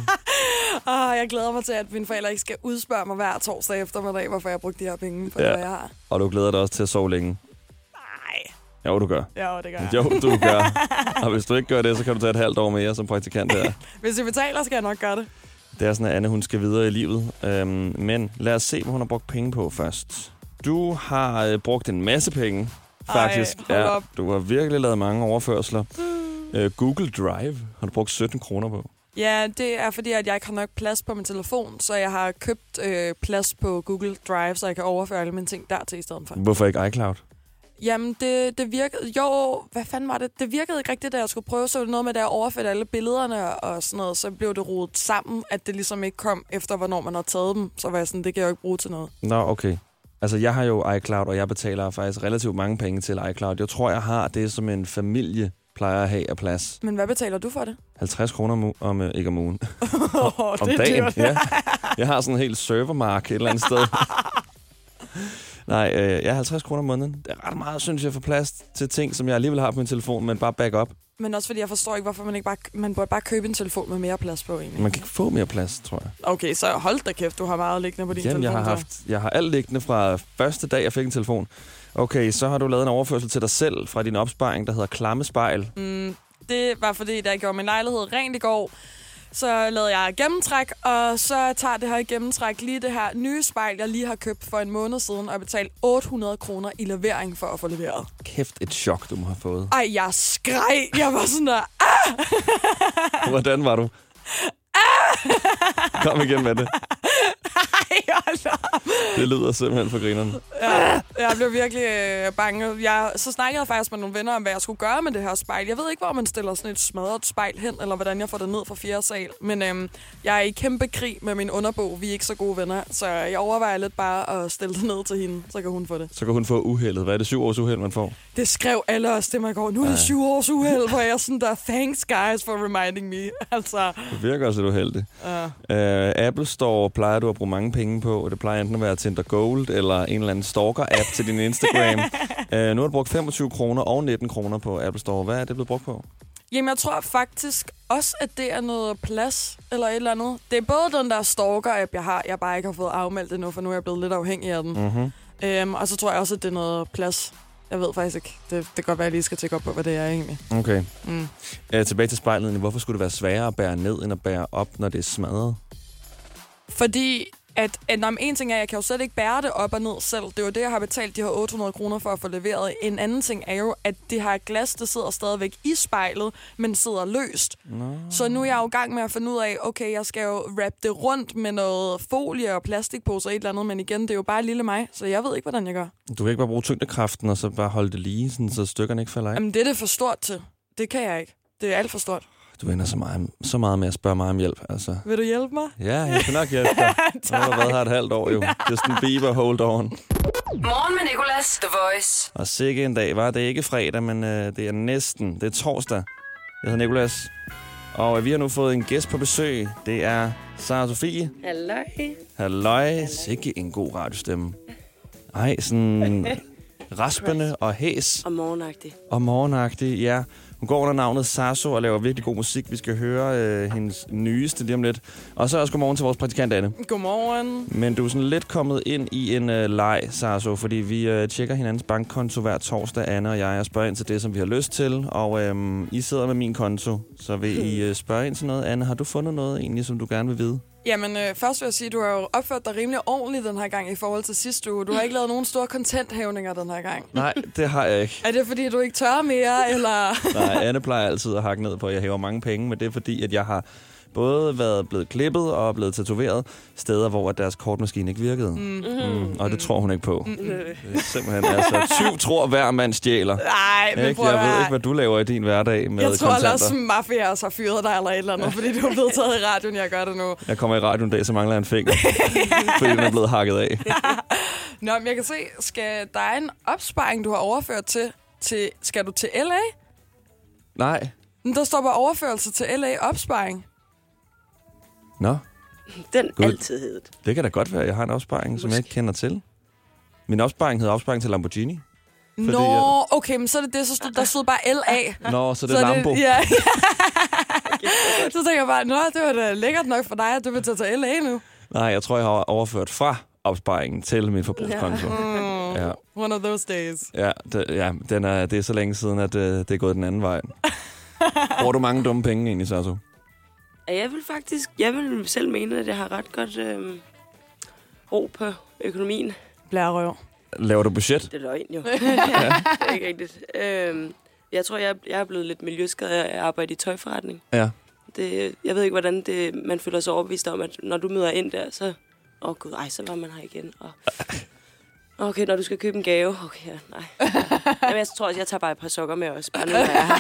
Speaker 9: Jeg glæder mig til, at mine forældre ikke skal udspørge mig hver torsdag eftermiddag, hvorfor jeg brugte de her penge på det, jeg har.
Speaker 2: Og du glæder dig også til at sove længe.
Speaker 9: Nej.
Speaker 2: Jo, du gør.
Speaker 9: Jo, det gør jeg.
Speaker 2: Jo, du gør. Og hvis du ikke gør det, så kan du tage et halvt år mere som praktikant her.
Speaker 9: Hvis jeg betaler, skal jeg nok gøre det.
Speaker 2: Det er sådan, at Anne, hun skal videre i livet. Men lad os se, hvad hun har brugt penge på først. Du har brugt en masse penge, faktisk.
Speaker 9: Ej,
Speaker 2: du har virkelig lavet mange overførsler. Google Drive har du brugt 17 kroner på.
Speaker 9: Ja, det er fordi, at jeg ikke har nok plads på min telefon, så jeg har købt plads på Google Drive, så jeg kan overføre alle mine ting dertil i stedet for.
Speaker 2: Hvorfor ikke iCloud?
Speaker 9: Jamen, det virkede... Jo, hvad fanden var det? Det virkede ikke rigtigt, da jeg skulle prøve. Så var det noget med, at jeg overførte alle billederne og sådan noget. Så blev det rodet sammen, at det ligesom ikke kom efter, hvornår man har taget dem. Så var jeg sådan, det kan jeg jo ikke bruge til noget.
Speaker 2: Nå, okay. Altså, jeg har jo iCloud, og jeg betaler faktisk relativt mange penge til iCloud. Jeg tror, jeg har det, som en familie plejer at have af plads.
Speaker 9: Men hvad betaler du for det?
Speaker 2: 50 kroner ikke om ugen.
Speaker 9: Om
Speaker 2: dagen,
Speaker 9: dyrt.
Speaker 2: ja. Jeg har sådan en helt servermark et eller andet sted. Nej, jeg har 50 kroner om måneden. Det er ret meget, synes jeg, for plads til ting, som jeg alligevel har på min telefon, men bare back up.
Speaker 9: Men også fordi jeg forstår ikke, hvorfor man burde bare købe en telefon med mere plads på egentlig.
Speaker 2: Man kan ikke få mere plads, tror jeg.
Speaker 9: Okay, så hold da kæft, du har meget liggende på din telefon.
Speaker 2: Jeg har alt liggende fra første dag, jeg fik en telefon. Okay, så har du lavet en overførsel til dig selv fra din opsparing, der hedder Klammespejl.
Speaker 9: Det var fordi, da jeg gjorde min lejlighed rent i går, så lavede jeg gennemtræk, og så tager det her gennemtræk lige det her nye spejl, jeg lige har købt for en måned siden, og jeg betalte 800 kroner i levering for at få leveret.
Speaker 2: Kæft et chok, du må have fået.
Speaker 9: Ej, jeg skreg. Jeg var sådan der,
Speaker 2: Hvordan var du? Kom igen med det.
Speaker 9: Ej, hold op.
Speaker 2: Det lyder simpelthen for grinerne.
Speaker 9: Ja, jeg blev virkelig bange. Så snakkede jeg faktisk med nogle venner om, hvad jeg skulle gøre med det her spejl. Jeg ved ikke, hvor man stiller sådan et smadret spejl hen, eller hvordan jeg får det ned fra 4. sal. Men jeg er i kæmpe krig med min underbo. Vi er ikke så gode venner, så jeg overvejer lidt bare at stille det ned til hende. Så kan hun få det.
Speaker 2: Så kan hun få uheldet. Hvad er det, 7 års uheld, man får?
Speaker 9: Det skrev alle også det, man går. Nu er det 7 års uheld, hvor jeg er sådan der, thanks guys for reminding me. Altså.
Speaker 2: Det virker også lidt uheldigt. Apple Store plejer du at bruge mange penge på. Det plejer enten at være Tinder Gold eller en eller anden stalker-app til din Instagram. Nu har du brugt 25 kroner og 19 kroner på Apple Store. Hvad er det blevet brugt på?
Speaker 9: Jamen, jeg tror faktisk også, at det er noget plads eller et eller andet. Det er både den der stalker-app, jeg bare ikke har fået afmeldt endnu, for nu er jeg blevet lidt afhængig af den.
Speaker 2: Mm-hmm.
Speaker 9: Og så tror jeg også, at det er noget plads. Jeg ved faktisk ikke. Det kan godt være, at jeg lige skal tjekke op på, hvad det er egentlig.
Speaker 2: Okay. Tilbage til spejlet. Hvorfor skulle det være sværere at bære ned, end at bære op, når det er smadret?
Speaker 9: Fordi at når en ting er, at jeg kan jo slet ikke bære det op og ned selv. Det er jo det, jeg har betalt de her 800 kroner for at få leveret. En anden ting er jo, at det her glas, det sidder stadigvæk i spejlet, men sidder løst. Så nu er jeg jo i gang med at finde ud af, okay, jeg skal jo wrap det rundt med noget folie og plastikposer og et eller andet, men igen, det er jo bare lille mig, så jeg ved ikke, hvordan jeg gør.
Speaker 2: Du kan ikke bare bruge tyngdekraften og så bare holde det lige, sådan, så stykkerne ikke falder af?
Speaker 9: Jamen, det er det for stort til. Det kan jeg ikke. Det er alt for stort.
Speaker 2: Du ender så meget med at spørge mig om hjælp. Altså.
Speaker 9: Vil du hjælpe mig?
Speaker 2: Ja, jeg kan nok hjælpe dig. Nu har du været her et halvt år jo. Justin Bieber, hold on.
Speaker 1: Morgen med Nicolas, The Voice.
Speaker 2: Og sikke en dag, var det ikke fredag, men det er næsten. Det er torsdag. Jeg hedder Nicolas. Og vi har nu fået en gæst på besøg. Det er Sara Sofie.
Speaker 19: Halløj.
Speaker 2: Halløj. Sikke en god radiostemme. Ej, sådan raspende og hæs.
Speaker 19: Og morgenagtig.
Speaker 2: Og morgenagtig, ja. Hun går under navnet Sasso og laver virkelig god musik. Vi skal høre hendes nyeste lige om lidt. Og så også godmorgen til vores praktikant, Anne.
Speaker 9: Godmorgen.
Speaker 2: Men du er sådan lidt kommet ind i en leg, Sasso, fordi vi tjekker hinandens bankkonto hver torsdag, Anne og jeg, og spørger ind til det, som vi har lyst til. Og I sidder med min konto, så vil I spørge ind til noget. Anne, har du fundet noget egentlig, som du gerne vil vide?
Speaker 9: Jamen, først vil jeg sige, at du har jo opført dig rimelig ordentligt den her gang i forhold til sidste uge. Du har ikke lavet nogen store content-hævninger den her gang.
Speaker 2: Nej, det har jeg ikke.
Speaker 9: Er det, fordi du ikke tør mere, eller?
Speaker 2: Nej, Anne plejer altid at hakke ned på, at jeg hæver mange penge, men det er fordi, at jeg har både været blevet klippet og blevet tatoveret steder, hvor deres kortmaskine ikke virkede. Og det tror hun ikke på. Det er simpelthen, altså, 20 tror hver mand stjæler.
Speaker 9: Nej, men
Speaker 2: jeg ved ikke, hvad du laver i din hverdag med kontanter.
Speaker 9: Jeg tror også, mafia har fyret dig eller et eller andet, fordi du er blevet taget i radioen, jeg gør det nu.
Speaker 2: Jeg kommer i radioen en dag, så mangler jeg en finger, fordi den er blevet hakket af.
Speaker 9: Nå, men jeg kan se, der er en opsparing, du har overført til skal du til LA?
Speaker 2: Nej.
Speaker 9: Der står bare overførelse til LA opsparing.
Speaker 2: Nå.
Speaker 19: Den altid hed.
Speaker 2: Det kan da godt være, at jeg har en opsparing, som jeg ikke kender til. Min opsparing hedder opsparing til Lamborghini.
Speaker 9: Nå, okay, men så er det det, så der stod bare LA.
Speaker 2: Nå, så det er Lambo.
Speaker 9: Ja. Så tænker jeg bare, det var da lækkert nok for dig, at du vil tage til LA nu.
Speaker 2: Nej, jeg tror, jeg har overført fra opsparingen til min forbrugskonto.
Speaker 9: Ja. One of those days.
Speaker 2: Ja, det er så længe siden, at det er gået den anden vej. Bruger du mange dumme penge egentlig, Sasso?
Speaker 19: Jeg vil selv mene, at jeg har ret godt ro på økonomien.
Speaker 9: Blærerøv.
Speaker 2: Laver du budget?
Speaker 19: Det er løgn, jo. Det er ikke rigtigt. Jeg tror, jeg er blevet lidt miljøskadet af at arbejde i tøjforretning.
Speaker 2: Ja.
Speaker 19: Jeg ved ikke, hvordan man føler sig overbevist om, at når du møder ind der, så... Gud, så var man her igen. Okay, når du skal købe en gave. Okay, ja, nej. Jamen, jeg tror også, jeg tager bare et par sokker med også. Bare nu, når jeg er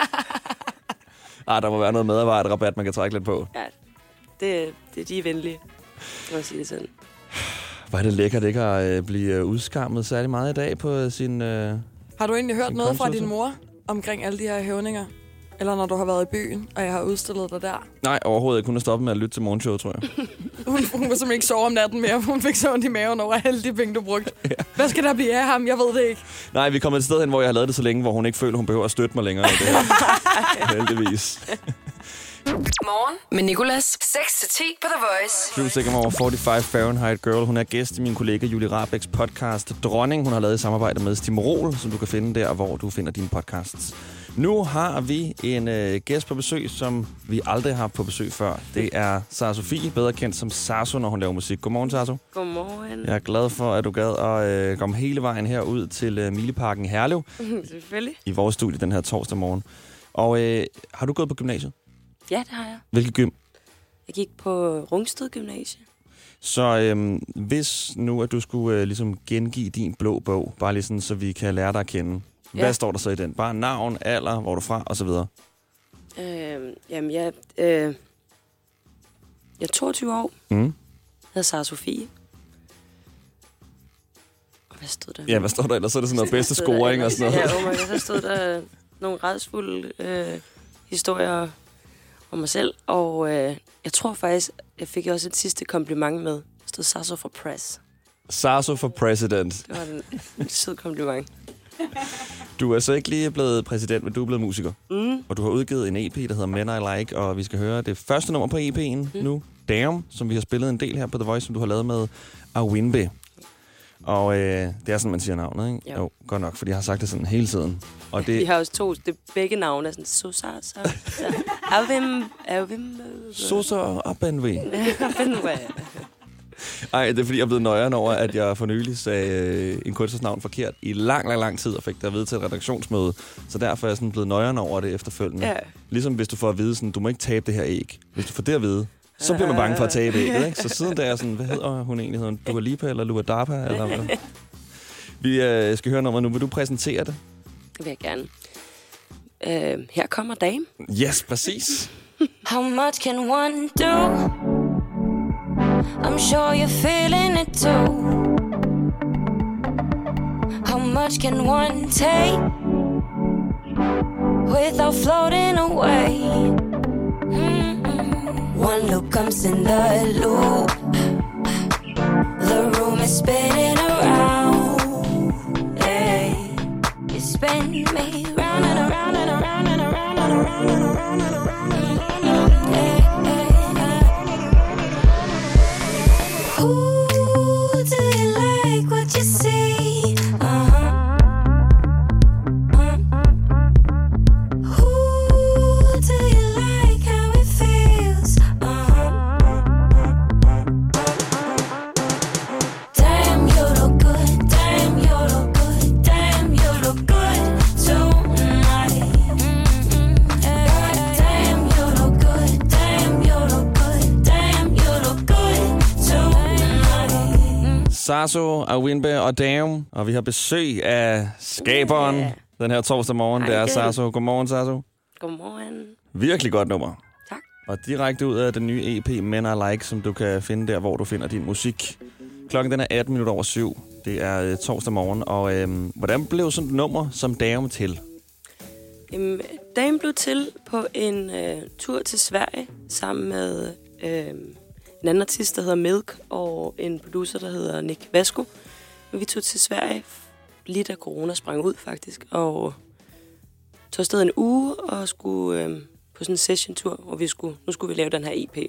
Speaker 19: her.
Speaker 2: Der må være noget medarbejderrabat, man kan trække lidt på.
Speaker 19: Ja, de er venlige. Må jeg sige det sådan.
Speaker 2: Hvor er det lækkert ikke at blive udskammet særlig meget i dag på sin
Speaker 9: Har du egentlig hørt noget
Speaker 2: konto,
Speaker 9: fra din mor omkring alle de her hævninger? Eller når du har været i byen, og jeg har udstillet dig der.
Speaker 2: Nej, overhovedet ikke. Hun er stoppet med at lytte til morgenshowet, tror jeg.
Speaker 9: Hun kunne simpelthen ikke sove om natten mere. Hun fik så ondt i maven over alle de penge, du brugte. Ja. Hvad skal der blive af ham? Jeg ved det ikke.
Speaker 2: Nej, vi kommer et sted hen, hvor jeg har lavet det så længe, hvor hun ikke føler, hun behøver at støtte mig længere. Det her. Heldigvis.
Speaker 1: Morgen med Nicolas. 6-10 på The Voice.
Speaker 2: Drew Sigamore, 45 Fahrenheit Girl. Hun er gæst i min kollega Julie Rahbeks podcast Dronning. Hun har lavet i samarbejde med Stimorol, som du kan finde der, hvor du finder dine podcasts. Nu har vi en gæst på besøg, som vi aldrig har på besøg før. Det er Sara Sofie, bedre kendt som Sarso, når hun laver musik. Godmorgen, Sarso.
Speaker 19: Godmorgen. Jeg
Speaker 2: er glad for, at du gad at komme hele vejen herud til Mileparken i Herlev.
Speaker 19: Selvfølgelig.
Speaker 2: I vores studie den her torsdag morgen. Og har du gået på gymnasiet?
Speaker 19: Ja, det har jeg.
Speaker 2: Hvilket gym?
Speaker 19: Jeg gik på Rungsted Gymnasie.
Speaker 2: Så hvis nu, at du skulle ligesom gengive din blå bog, bare lige sådan, så vi kan lære dig at kende. Hvad står der så i den? Bare navn, alder, hvor er du fra, og så videre.
Speaker 19: Jamen, jeg er 22 år. Jeg hedder Sara Sofie. Og hvad stod der?
Speaker 2: Ja, hvad står der ellers? Så er det sådan noget bedste scoring og sådan noget.
Speaker 19: Ja, så stod der nogle rædsfulde historier om mig selv. Og jeg tror faktisk, jeg fik også et sidste kompliment med. Der stod Sarso for Press.
Speaker 2: Sarso for President.
Speaker 19: Det var en sød kompliment.
Speaker 2: Du er så ikke lige blevet præsident, men du er blevet musiker. Og du har udgivet en EP, der hedder Men I Like, og vi skal høre det første nummer på EP'en nu. Damn, som vi har spillet en del her på The Voice, som du har lavet med Awinbe. Og det er sådan, man siger navnet, ikke? Jo, godt nok, fordi jeg har sagt det sådan hele tiden. Og det...
Speaker 19: Vi har også to, det begge navne er sådan, Sosa, Awinbe.
Speaker 2: Sosa og Awinbe. Ej, det er fordi, jeg er blevet nøjeren over, at jeg for nylig sagde en kunstners navn forkert i lang tid, og fik det at vide til et redaktionsmøde. Så derfor er jeg sådan blevet nøjeren over det efterfølgende. Ja. Ligesom hvis du får at vide, sådan, du må ikke tabe det her æg. Hvis du får det at vide, så bliver man bange for at tabe ægget, ikke? Så siden der er sådan, hvad hedder hun egentlig? Hedder hun Dua Lipa eller Lua Dapa? Eller hvad? Vi skal høre nummeret nu. Vil du præsentere det?
Speaker 19: Det vil jeg gerne. Her kommer Dame.
Speaker 2: Yes, præcis.
Speaker 8: How much can one do? I'm sure you're feeling it too. How much can one take without floating away? One look comes in the loop. The room is spinning around. Hey, you spin me round and around and around and around and around and around and around. Ooh, do you like what you see? Ooh, do you like how it feels? Damn, you look good. Damn, you look good. Damn, you look good tonight. Damn, you look good. Damn, you look good. Damn, you look good tonight.
Speaker 2: Sarso, Awinbe og Damn. Og vi har besøg af skaberen den her torsdag morgen. Det er Sarso. Godmorgen, Sarso.
Speaker 19: Godmorgen.
Speaker 2: Virkelig godt nummer.
Speaker 19: Tak.
Speaker 2: Og direkte ud af den nye EP Men I Like, som du kan finde der, hvor du finder din musik. Klokken den er 7:18. Det er torsdag morgen. Og hvordan blev sådan et nummer som Damn til?
Speaker 19: Damn blev til på en tur til Sverige sammen med en anden artist, der hedder Milk, og en producer, der hedder Nick Vasco. Vi tog til Sverige lige da corona sprang ud, faktisk, og tog afsted en uge og skulle på sådan en session-tur, hvor nu skulle vi lave den her EP.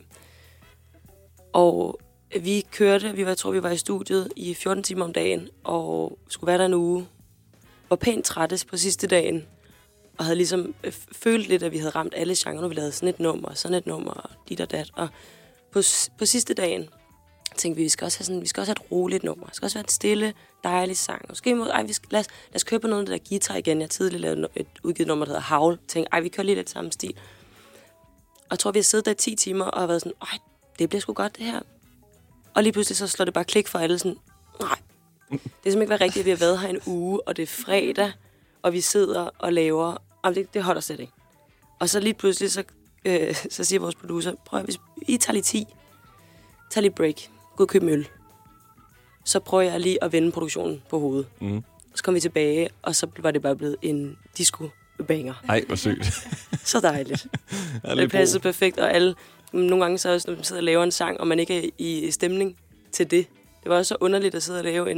Speaker 19: Og vi kørte, jeg tror, vi var i studiet i 14 timer om dagen, og skulle være der en uge. Var pænt trættes på sidste dagen, og havde ligesom følt lidt, at vi havde ramt alle genrer. Nu vi lavede sådan et nummer, og dit og dat. Og på sidste dagen tænkte vi skal også have et roligt nummer. Det skal også være et stille, dejligt sang. Lad os køre på noget af det der guitar igen. Jeg tidligere lavede et udgivet nummer, der hedder Howl. Tænkte, vi kører lige lidt samme stil. Og jeg tror, vi har siddet der i 10 timer og har været sådan, det bliver sgu godt det her. Og lige pludselig så slår det bare klik for alle sådan, nej. Det er simpelthen ikke været rigtigt, at vi har været her en uge, og det er fredag, og vi sidder og laver, det holder slet ikke. Og så lige pludselig, så siger vores producer, prøv hvis I tager lige 10, tag lige break, gå og køb øl. Så prøver jeg lige at vende produktionen på hovedet. Så kom vi tilbage, og så var det bare blevet en disco-banger.
Speaker 2: Ej, hvor sygt.
Speaker 19: Så dejligt. Det passede perfekt, og alle... Nogle gange så også, når man sidder og laver en sang, og man ikke er i stemning til det. Det var også så underligt at sidde og lave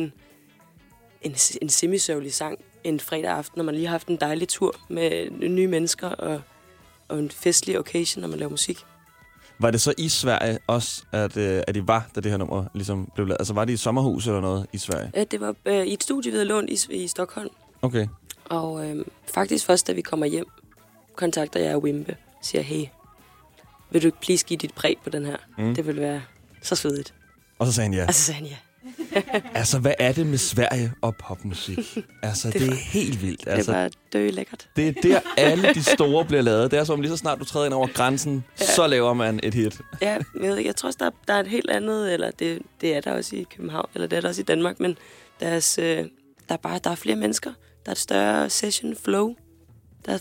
Speaker 19: en semisøvlig sang en fredag aften, når man lige har haft en dejlig tur med nye mennesker og en festlig occasion, når man laver musik.
Speaker 2: Var det så i Sverige også, at I var, da det her nummer ligesom blev lavet? Altså var det i et sommerhus eller noget i Sverige?
Speaker 19: Det var i et studie, vi havde lånt i Stockholm.
Speaker 2: Okay.
Speaker 19: Og faktisk først, da vi kommer hjem, kontakter jeg Wimbe og siger, hey, vil du ikke please give dit præg på den her? Det vil være så svedigt.
Speaker 2: Og så sagde han ja.
Speaker 19: Og så sagde han ja.
Speaker 2: Altså, hvad er det med Sverige og popmusik? Altså, det er helt vildt. Altså,
Speaker 19: det var dølækkert.
Speaker 2: Det er der, alle de store bliver lavet. Det er som lige så snart du træder ind over grænsen, så laver man et hit.
Speaker 19: Ja, jeg tror også, der er et helt andet, eller det er der også i København, eller det er der også i Danmark, men der er flere mennesker. Der er et større session flow. Der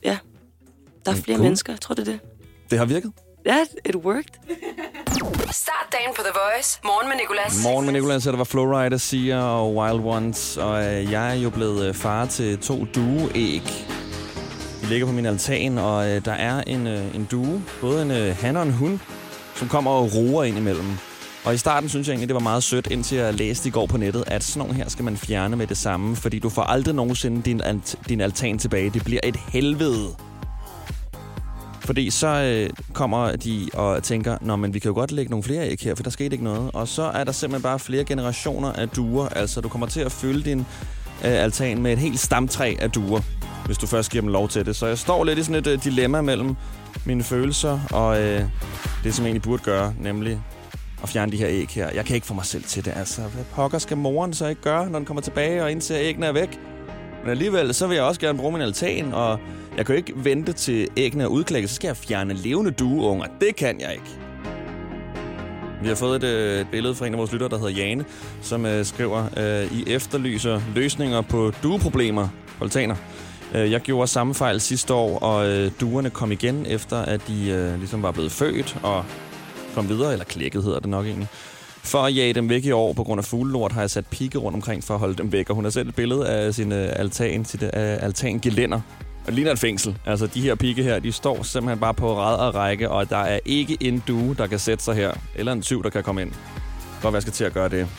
Speaker 19: er flere mennesker. Jeg tror, det er det.
Speaker 2: Det har virket?
Speaker 19: Ja, it worked.
Speaker 1: Start dagen på The Voice. Morgen med Nicolas.
Speaker 2: Morgen med Nicolas, der var Flowrider, Sia og Wild Ones. Og jeg er jo blevet far til 2 dueæg. De ligger på min altan, og der er en due, både en han og en hund, som kommer og roer ind imellem. Og i starten synes jeg egentlig, det var meget sødt, indtil jeg læste i går på nettet, at sådan nogle her skal man fjerne med det samme, fordi du får aldrig nogensinde din altan tilbage. Det bliver et helvede. Fordi så kommer de og tænker, nå, men vi kan jo godt lægge nogle flere æg her, for der skete ikke noget. Og så er der simpelthen bare flere generationer af duer. Altså, du kommer til at fylde din altan med et helt stamtræ af duer, hvis du først giver dem lov til det. Så jeg står lidt i sådan et dilemma mellem mine følelser og det, som jeg egentlig burde gøre, nemlig at fjerne de her æg her. Jeg kan ikke få mig selv til det. Altså, hvad pokker skal moren så ikke gøre, når den kommer tilbage og indser, at æggene er væk? Men alligevel, så vil jeg også gerne bruge min altan, og jeg kan jo ikke vente til æggene er udklækket, så skal jeg fjerne levende dueunger. Det kan jeg ikke. Vi har fået et billede fra en af vores lyttere, der hedder Jane, som skriver, I efterlyser løsninger på dueproblemer på altaner. Jeg gjorde samme fejl sidste år, og duerne kom igen, efter at de ligesom var blevet født og kom videre, eller klækket hedder det nok egentlig. For at jage dem væk i år på grund af fuglelort, har jeg sat pigge rundt omkring for at holde dem væk. Og hun har sendt et billede af sin altangelænder. Og det ligner et fængsel. Altså, de her pigge her, de står simpelthen bare på rad og række, og der er ikke en due, der kan sætte sig her. Eller en tyv, der kan komme ind. Godt, hvad jeg skal til at gøre det.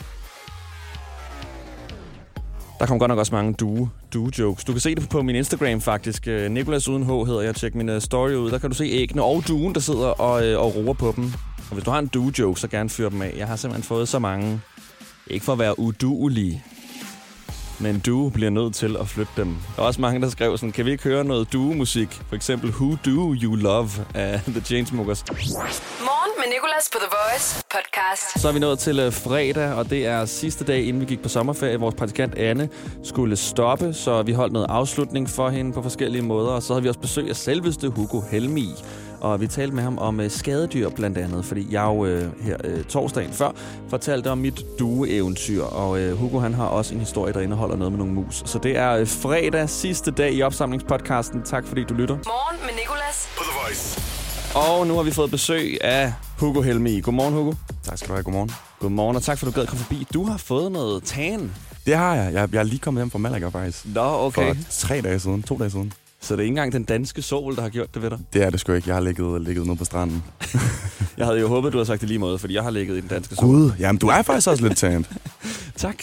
Speaker 2: Der kommer godt nok også mange due-jokes. Du kan se det på min Instagram, faktisk. Nicolas uden H hedder jeg. Tjek min story ud. Der kan du se æggene og duen, der sidder og roer på dem. Og hvis du har en due-joke, så gerne fyr dem af. Jeg har simpelthen fået så mange. Ikke for at være uduelige, men du bliver nødt til at flytte dem. Der er også mange, der skrev sådan, kan vi ikke høre noget due-musik? For eksempel Who Do You Love af The Chainsmokers.
Speaker 1: Morgen med Nicolas på The Voice podcast.
Speaker 2: Så er vi nået til fredag, og det er sidste dag, inden vi gik på sommerferie. Vores praktikant Anne skulle stoppe, så vi holdt noget afslutning for hende på forskellige måder. Og så havde vi også besøg af selveste Hugo Helmig. Og vi talte med ham om skadedyr blandt andet, fordi jeg jo her torsdagen før fortalte om mit due-eventyr. Og Hugo han har også en historie, der indeholder noget med nogle mus. Så det er fredag, sidste dag i opsamlingspodcasten. Tak fordi du lytter.
Speaker 1: Morgen med Nicolas
Speaker 13: på The Voice.
Speaker 2: Og nu har vi fået besøg af Hugo Helmig. Godmorgen, Hugo.
Speaker 20: Tak skal du have. Godmorgen.
Speaker 2: Godmorgen, og tak for, at du gad at komme forbi. Du har fået noget tan.
Speaker 20: Det har jeg. Jeg er lige kommet hjem fra Malaga, faktisk.
Speaker 2: Nå, okay.
Speaker 20: For 2 dage siden.
Speaker 2: Så det er ikke engang den danske sol, der har gjort det ved dig?
Speaker 20: Det er det sgu ikke. Jeg har ligget nede på stranden.
Speaker 2: Jeg havde jo håbet, du havde sagt det lige måde, fordi jeg har ligget i den danske sol.
Speaker 20: Gud, jamen du er faktisk også lidt tant.
Speaker 2: Tak.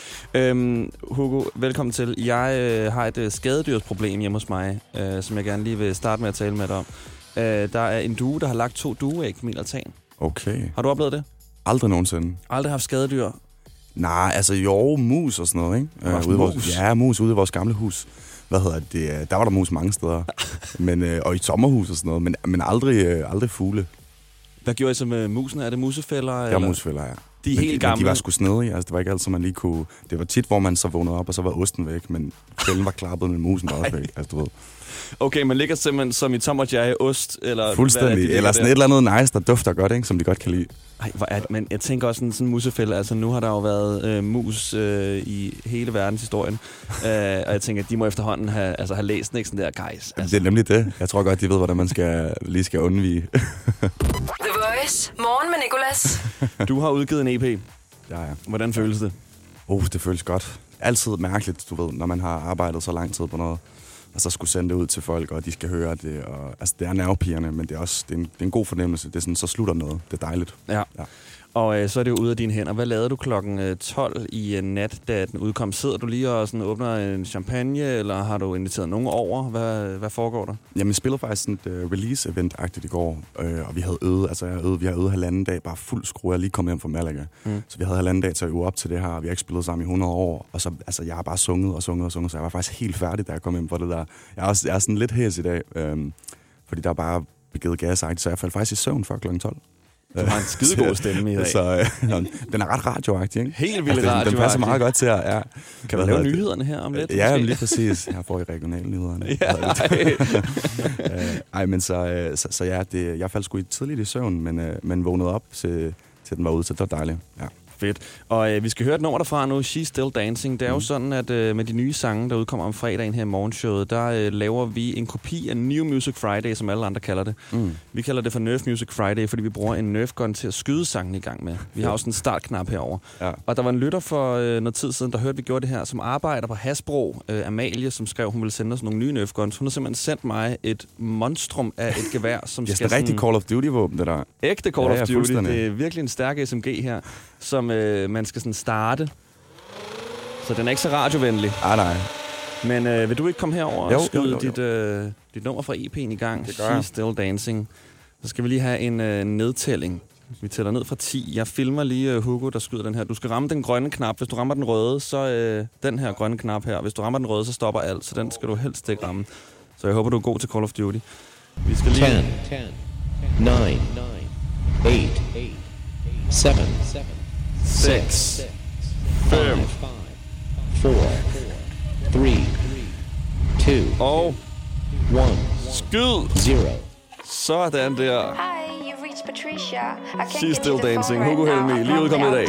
Speaker 2: Hugo, velkommen til. Jeg har et skadedyrsproblem hjemme hos mig, som jeg gerne lige vil starte med at tale med dig om. Der er en due, der har lagt 2 dueæg på min altan.
Speaker 20: Okay.
Speaker 2: Har du oplevet det?
Speaker 20: Aldrig nogensinde.
Speaker 2: Aldrig haft skadedyr?
Speaker 20: Nej, altså jo, mus og sådan noget, ikke? Mus ude i vores gamle hus. Der var der mus mange steder. Og i et sommerhus og sådan noget, men aldrig fugle.
Speaker 2: Hvad gjorde I så med musene? Er det musefælder?
Speaker 20: Det var musefælder, ja.
Speaker 2: De er helt gamle.
Speaker 20: De var sgu snedige. Altså, det var ikke altid, man lige kunne... Det var tit, hvor man så vågnede op, og så var osten væk, men fælden var klappet, men musen var også væk. Altså, du ved.
Speaker 2: Okay, man ligger simpelthen som i Tom og Jerry ost, eller...
Speaker 20: Fuldstændig. Eller sådan et eller andet nice, der dufter godt, ikke? Som de godt kan lide.
Speaker 2: Ej, hvor er det, men jeg tænker også sådan en musefælde. Altså, nu har der jo været mus i hele verdenshistorien. Og jeg tænker, at de må efterhånden have læst den, ikke sådan der, guys.
Speaker 20: Altså. Det er nemlig det. Jeg tror godt, de ved, hvordan man lige skal undvige.
Speaker 1: The Voice. Morgen med Nicolas.
Speaker 2: Du har udgivet en EP.
Speaker 20: Ja.
Speaker 2: Hvordan føles det?
Speaker 20: Det føles godt. Altid mærkeligt, du ved, når man har arbejdet så lang tid på noget. og så skulle sende det ud til folk, og de skal høre det. Og, altså, det er nervepirrende, men det er også det er en god fornemmelse. Det er sådan, så slutter noget. Det er dejligt.
Speaker 2: Ja. Og så er det jo ude af dine hænder. Hvad lavede du klokken 12 i nat, da den udkom? Sidder du lige og sådan åbner en champagne, eller har du inviteret nogen over? Hvad foregår der?
Speaker 20: Jamen, vi spillede faktisk sådan et release-event-agtigt i går, og vi havde øvet, vi har øvet 1,5 dag, bare fuld skrue. Jeg er lige kommet hjem fra Malaga. Så vi havde 1,5 dag til at øve op til det her, og vi har ikke spillet sammen i 100 år. Og så, jeg har bare sunget, så jeg var faktisk helt færdig, da jeg kom hjem for det der. Jeg er sådan lidt hæs i dag, fordi der er bare begivet gas-agtigt, så jeg faldt faktisk i søvn før klokken 12.
Speaker 2: Du har en skidegod stemme i dag.
Speaker 20: Så den er ret radioagtig, ikke?
Speaker 2: Helt vildt radioagtig.
Speaker 20: Den passer meget godt til at... Ja.
Speaker 2: Kan du lave nyhederne her om lidt?
Speaker 20: Ja, lige præcis. Her får I regionale nyhederne. Ej, men så ja, jeg faldt sgu tidligt i søvn, men vågnede op til den var ude, så det var dejligt. Ja.
Speaker 2: Fedt. Og vi skal høre et nummer derfra nu, She's Still Dancing. Det er jo sådan, at med de nye sange, der udkommer om fredagen her i morgenshowet, der laver vi en kopi af New Music Friday, som alle andre kalder det. Vi kalder det for Nerf Music Friday, fordi vi bruger en Nerf gun til at skyde sangen i gang med. Vi har også en startknap herover. Ja. Og der var en lytter for noget tid siden, der hørte, vi gjorde det her, som arbejder på Hasbro, Amalie, som skrev, hun ville sende os nogle nye Nerf guns. Hun har simpelthen sendt mig et monstrum af et gevær, som skal
Speaker 20: det er rigtig Call of Duty-våben, det der.
Speaker 2: Ægte Call of Duty. Det er virkelig en stærk SMG her, som man skal sådan starte. Så den er ikke så radiovenlig.
Speaker 20: Nej.
Speaker 2: Men vil du ikke komme herover og skyde dit nummer fra EP'en i gang? She's Still Dancing. Så skal vi lige have en nedtælling. Vi tæller ned fra 10. Jeg filmer lige Hugo, der skyder den her. Du skal ramme den grønne knap. Hvis du rammer den røde, så den her grønne knap her. Hvis du rammer den røde, så stopper alt. Så den skal du helst ikke ramme. Så jeg håber, du er god til Call of Duty. Vi skal lige...
Speaker 21: 10, 9, 8, 7,
Speaker 2: 6, 5,
Speaker 21: 4, 3, 2,
Speaker 2: og
Speaker 21: 1.
Speaker 2: Skyd!
Speaker 21: 0.
Speaker 2: Sådan der.
Speaker 22: Hi, you've reached Patricia. I can't
Speaker 2: She's
Speaker 22: get
Speaker 2: Still
Speaker 22: you the
Speaker 2: Dancing.
Speaker 22: phone
Speaker 2: Hugo
Speaker 22: right now.
Speaker 2: Helmi, lige udkommet i dag.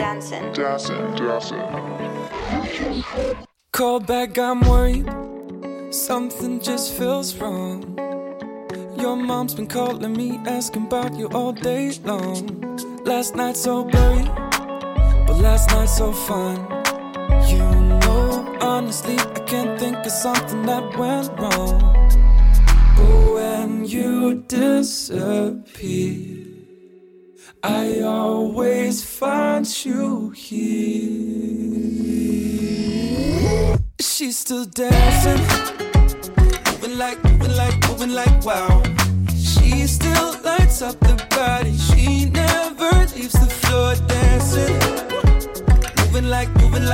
Speaker 23: Call back, I'm worried. Something just feels wrong. Your mom's been calling me, asking about you all day long. Last night so blurry, but last night so fun. You know, honestly, I can't think of something that went wrong. But when you disappear, I always find you here. She's still dancing, moving like wow. She still lights up the body. She never leaves the floor dancing, moving like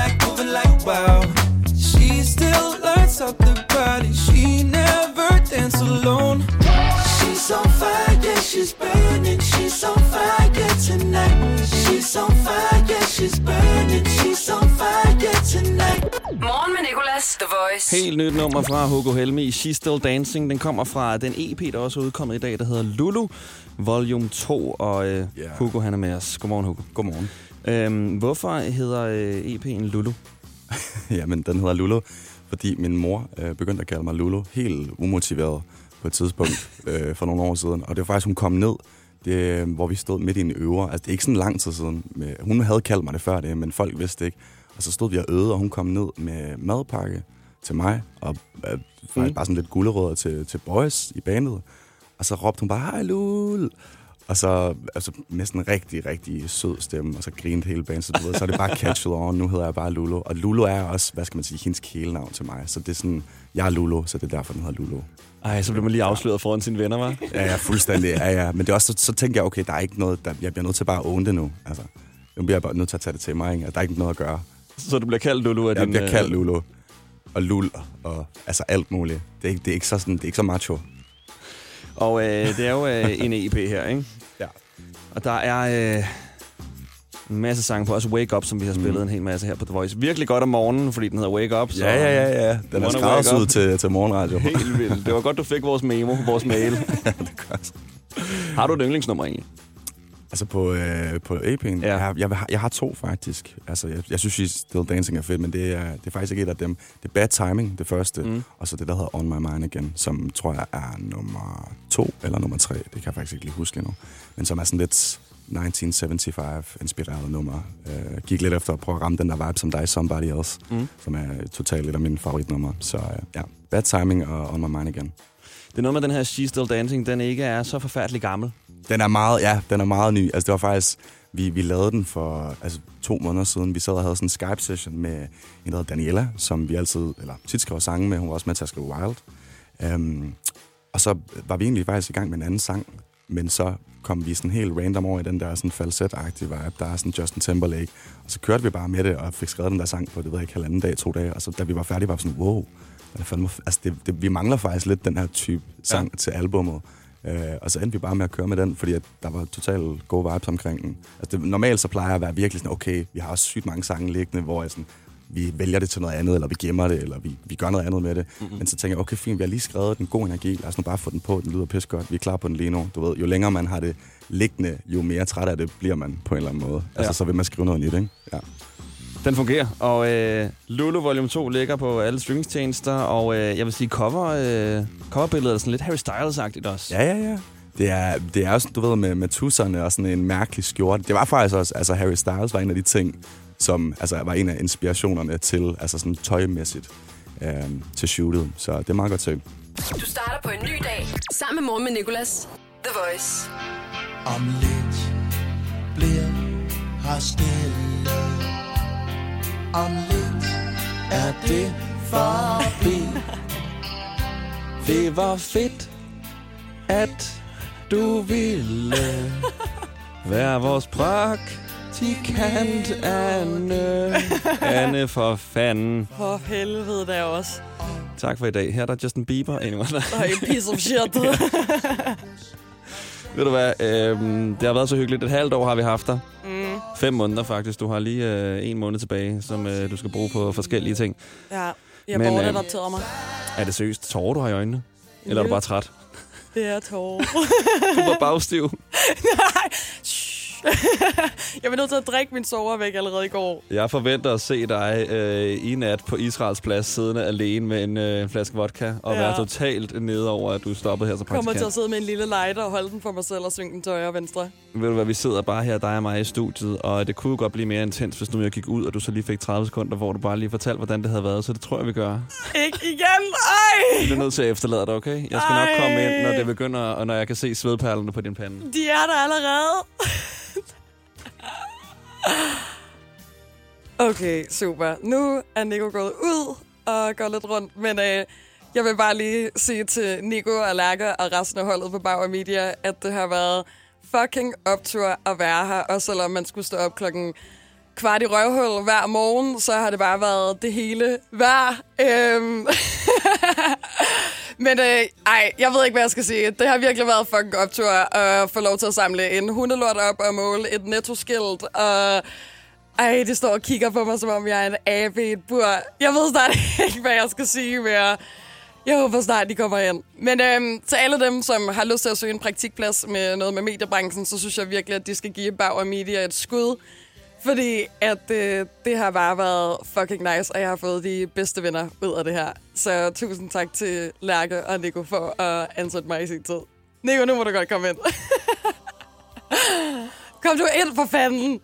Speaker 23: wow. She still lights up the body. She never dance alone. She's on fire, yeah, she's burning. She's on fire tonight. She's on fire, yeah, she's burning. She's on fire tonight.
Speaker 1: Morgen med Nicolas, The Voice.
Speaker 2: Helt nyt nummer fra Hugo Helmi, She's Still Dancing. Den kommer fra den EP, der også er udkommet i dag, der hedder Lulu, Volume 2. Og Hugo, han er med os. Godmorgen, Hugo.
Speaker 20: Godmorgen.
Speaker 2: Hvorfor hedder EP'en Lulu?
Speaker 20: Jamen, den hedder Lulu, fordi min mor begyndte at kalde mig Lulu, helt umotiveret på et tidspunkt for nogle år siden. Og det var faktisk, hun kom ned, hvor vi stod midt i en øver. Altså, det er ikke sådan lang tid siden. Hun havde kaldt mig det før det, men folk vidste ikke. Og så stod vi og øvede, og hun kom ned med madpakke til mig, og faktisk bare sådan lidt gulerødder til boys i bandet. Og så råbte hun bare, hej Lul! Og så altså, med sådan en rigtig, rigtig sød stemme, og så grinede hele banen, så du ved, så er det bare catchet on. Nu hedder jeg bare Lulu. Og Lulu er også, hvad skal man sige, hendes kælenavn til mig. Så det er sådan, jeg er Lulu, så det er derfor, den hedder Lulu.
Speaker 2: Ej, så blev man lige afsløret foran sine venner, hva'?
Speaker 20: Ja, fuldstændig. Ja. Men det er også, så tænker jeg, okay, der er ikke noget, jeg bliver nødt til bare at own det nu. Altså, nu bliver jeg bare nødt til at tage det til mig, ikke? Der er ikke noget at gøre.
Speaker 2: Så du bliver kaldt Lulu af din...
Speaker 20: Jeg bliver kaldt Lulu. Og Lul, og altså alt muligt. Det er ikke så macho.
Speaker 2: Og det er jo en EP her, ikke?
Speaker 20: Ja.
Speaker 2: Og der er en masse sange på, også Wake Up, som vi har spillet en hel masse her på The Voice. Virkelig godt om morgenen, fordi den hedder Wake Up. Så
Speaker 20: ja. Den er skræddersyet til morgenradio.
Speaker 2: Helt vildt. Det var godt, du fik vores memo, vores mail.
Speaker 20: Ja, det er godt.
Speaker 2: Har du et yndlingsnummer egentlig?
Speaker 20: Altså på EP'en?
Speaker 2: Ja.
Speaker 20: Jeg har 2 faktisk. Altså, jeg synes, She's Still Dancing er fedt, men det er faktisk ikke et af dem. Det er Bad Timing, det første, og så det, der hedder On My Mind Again, som tror jeg er nummer 2 eller nummer 3. Det kan jeg faktisk ikke lige huske endnu. Men som er sådan lidt 1975-inspireret nummer. Gik lidt efter at prøve at ramme den der vibe som dig, Somebody Else, som er totalt et af mine favoritnumre. Så ja, Bad Timing og On My Mind Again.
Speaker 2: Det er noget med den her She's Still Dancing, den ikke er så forfærdelig gammel.
Speaker 20: Den er meget ny. Altså det var faktisk, vi lavede den for 2 måneder siden. Vi sad og havde sådan en Skype-session med en, der hedder Daniela, som vi tit skriver sange med. Hun var også med til at skrive Wild. Og så var vi egentlig faktisk i gang med en anden sang, men så kom vi sådan helt random over i den der sådan falset-agtige vibe. Der er sådan Justin Timberlake. Og så kørte vi bare med det og fik skrevet den der sang på, det ved jeg ikke, 1,5 dag, 2 dage. Og så da vi var færdige, var vi sådan, wow. Vi mangler faktisk lidt den her type sang til albummet. Og så endte vi bare med at køre med den, fordi at der var totalt gode vibes omkring den. Altså normalt så plejer jeg at være virkelig sådan, okay, vi har også sygt mange sange liggende, hvor jeg sådan, vi vælger det til noget andet, eller vi gemmer det, eller vi gør noget andet med det. Men så tænker jeg, okay, fint, vi har lige skrevet den god energi, lad os nu bare få den på, den lyder pis godt, vi er klar på den lige nu. Du ved, jo længere man har det liggende, jo mere træt af det bliver man på en eller anden måde. Altså så vil man skrive noget nyt, ikke? Ja.
Speaker 2: Den fungerer, og Lulu Volume 2 ligger på alle streamingstjenester, og jeg vil sige, coverbilledet er sådan lidt Harry Styles-agtigt også.
Speaker 20: Ja. Det er også, du ved, med tusserne og sådan en mærkelig skjorte. Det var faktisk også, Harry Styles var en af de ting, som var en af inspirationerne til, sådan tøjmæssigt, til shootet. Så det er meget godt set.
Speaker 1: Du starter på en ny dag, sammen med Morgen med Nicolas. The Voice.
Speaker 3: Om lidt bliver her stille. Om lidt er det forbi.
Speaker 2: Det var fedt, at du ville være vores praktikant, Anne. Anne, for fanden.
Speaker 9: For helvede der også.
Speaker 2: Tak for i dag. Her er der Justin Bieber.
Speaker 9: Og en piece of shit.
Speaker 2: Ved du hvad, det har været så hyggeligt. Et halvt år har vi haft dig. 5 måneder faktisk. Du har lige 1 måned tilbage, som du skal bruge på forskellige ting.
Speaker 9: Ja, jeg har bortadopteret mig.
Speaker 2: Er det seriøst tårer, du har i øjnene? Eller er du bare træt?
Speaker 9: Det er tårer.
Speaker 2: Du var bagstiv.
Speaker 9: Nej. Jeg var nødt til at drikke min sover væk allerede i går.
Speaker 2: Jeg forventer at se dig i nat på Israels plads, siddende alene med en flaske vodka, og være totalt nede over, at du stoppede her som praktikant.
Speaker 9: Kommer til at sidde med en lille lighter og holde den for mig selv og synge den til højre og venstre.
Speaker 2: Ved du hvad, vi sidder bare her, dig og mig i studiet, og det kunne godt blive mere intens, hvis nu jeg gik ud, og du så lige fik 30 sekunder, hvor du bare lige fortalte, hvordan det havde været, så det tror jeg, vi gør.
Speaker 9: Ikke igen, ej!
Speaker 2: Jeg er nødt til at efterlade dig, okay? Jeg skal nok komme ind, når det begynder, og når jeg kan se svedperlerne på din pande.
Speaker 9: De er der allerede. Okay, super. Nu er Nico gået ud og går lidt rundt, men jeg vil bare lige sige til Nico og Lærke og resten af holdet på Bauer Media, at det har været fucking optur at være her, og selvom man skulle stå op 4:15 hver morgen, så har det bare været det hele værd. Men jeg ved ikke, hvad jeg skal sige. Det har virkelig været fucking optur at få lov til at samle en hundelort op og måle et nettoskilt. Og det står og kigger på mig, som om jeg er en abe i et bur. Jeg ved snart ikke, hvad jeg skal sige mere. Jeg håber snart, de kommer ind. Men til alle dem, som har lyst til at søge en praktikplads med noget med mediebranchen, så synes jeg virkelig, at de skal give Bauer Media et skud. Fordi at det har bare været fucking nice, og jeg har fået de bedste venner ud af det her. Så tusind tak til Lærke og Nico for at ansætte mig i sin tid. Nico, nu må du godt komme ind. Kom du ind for fanden.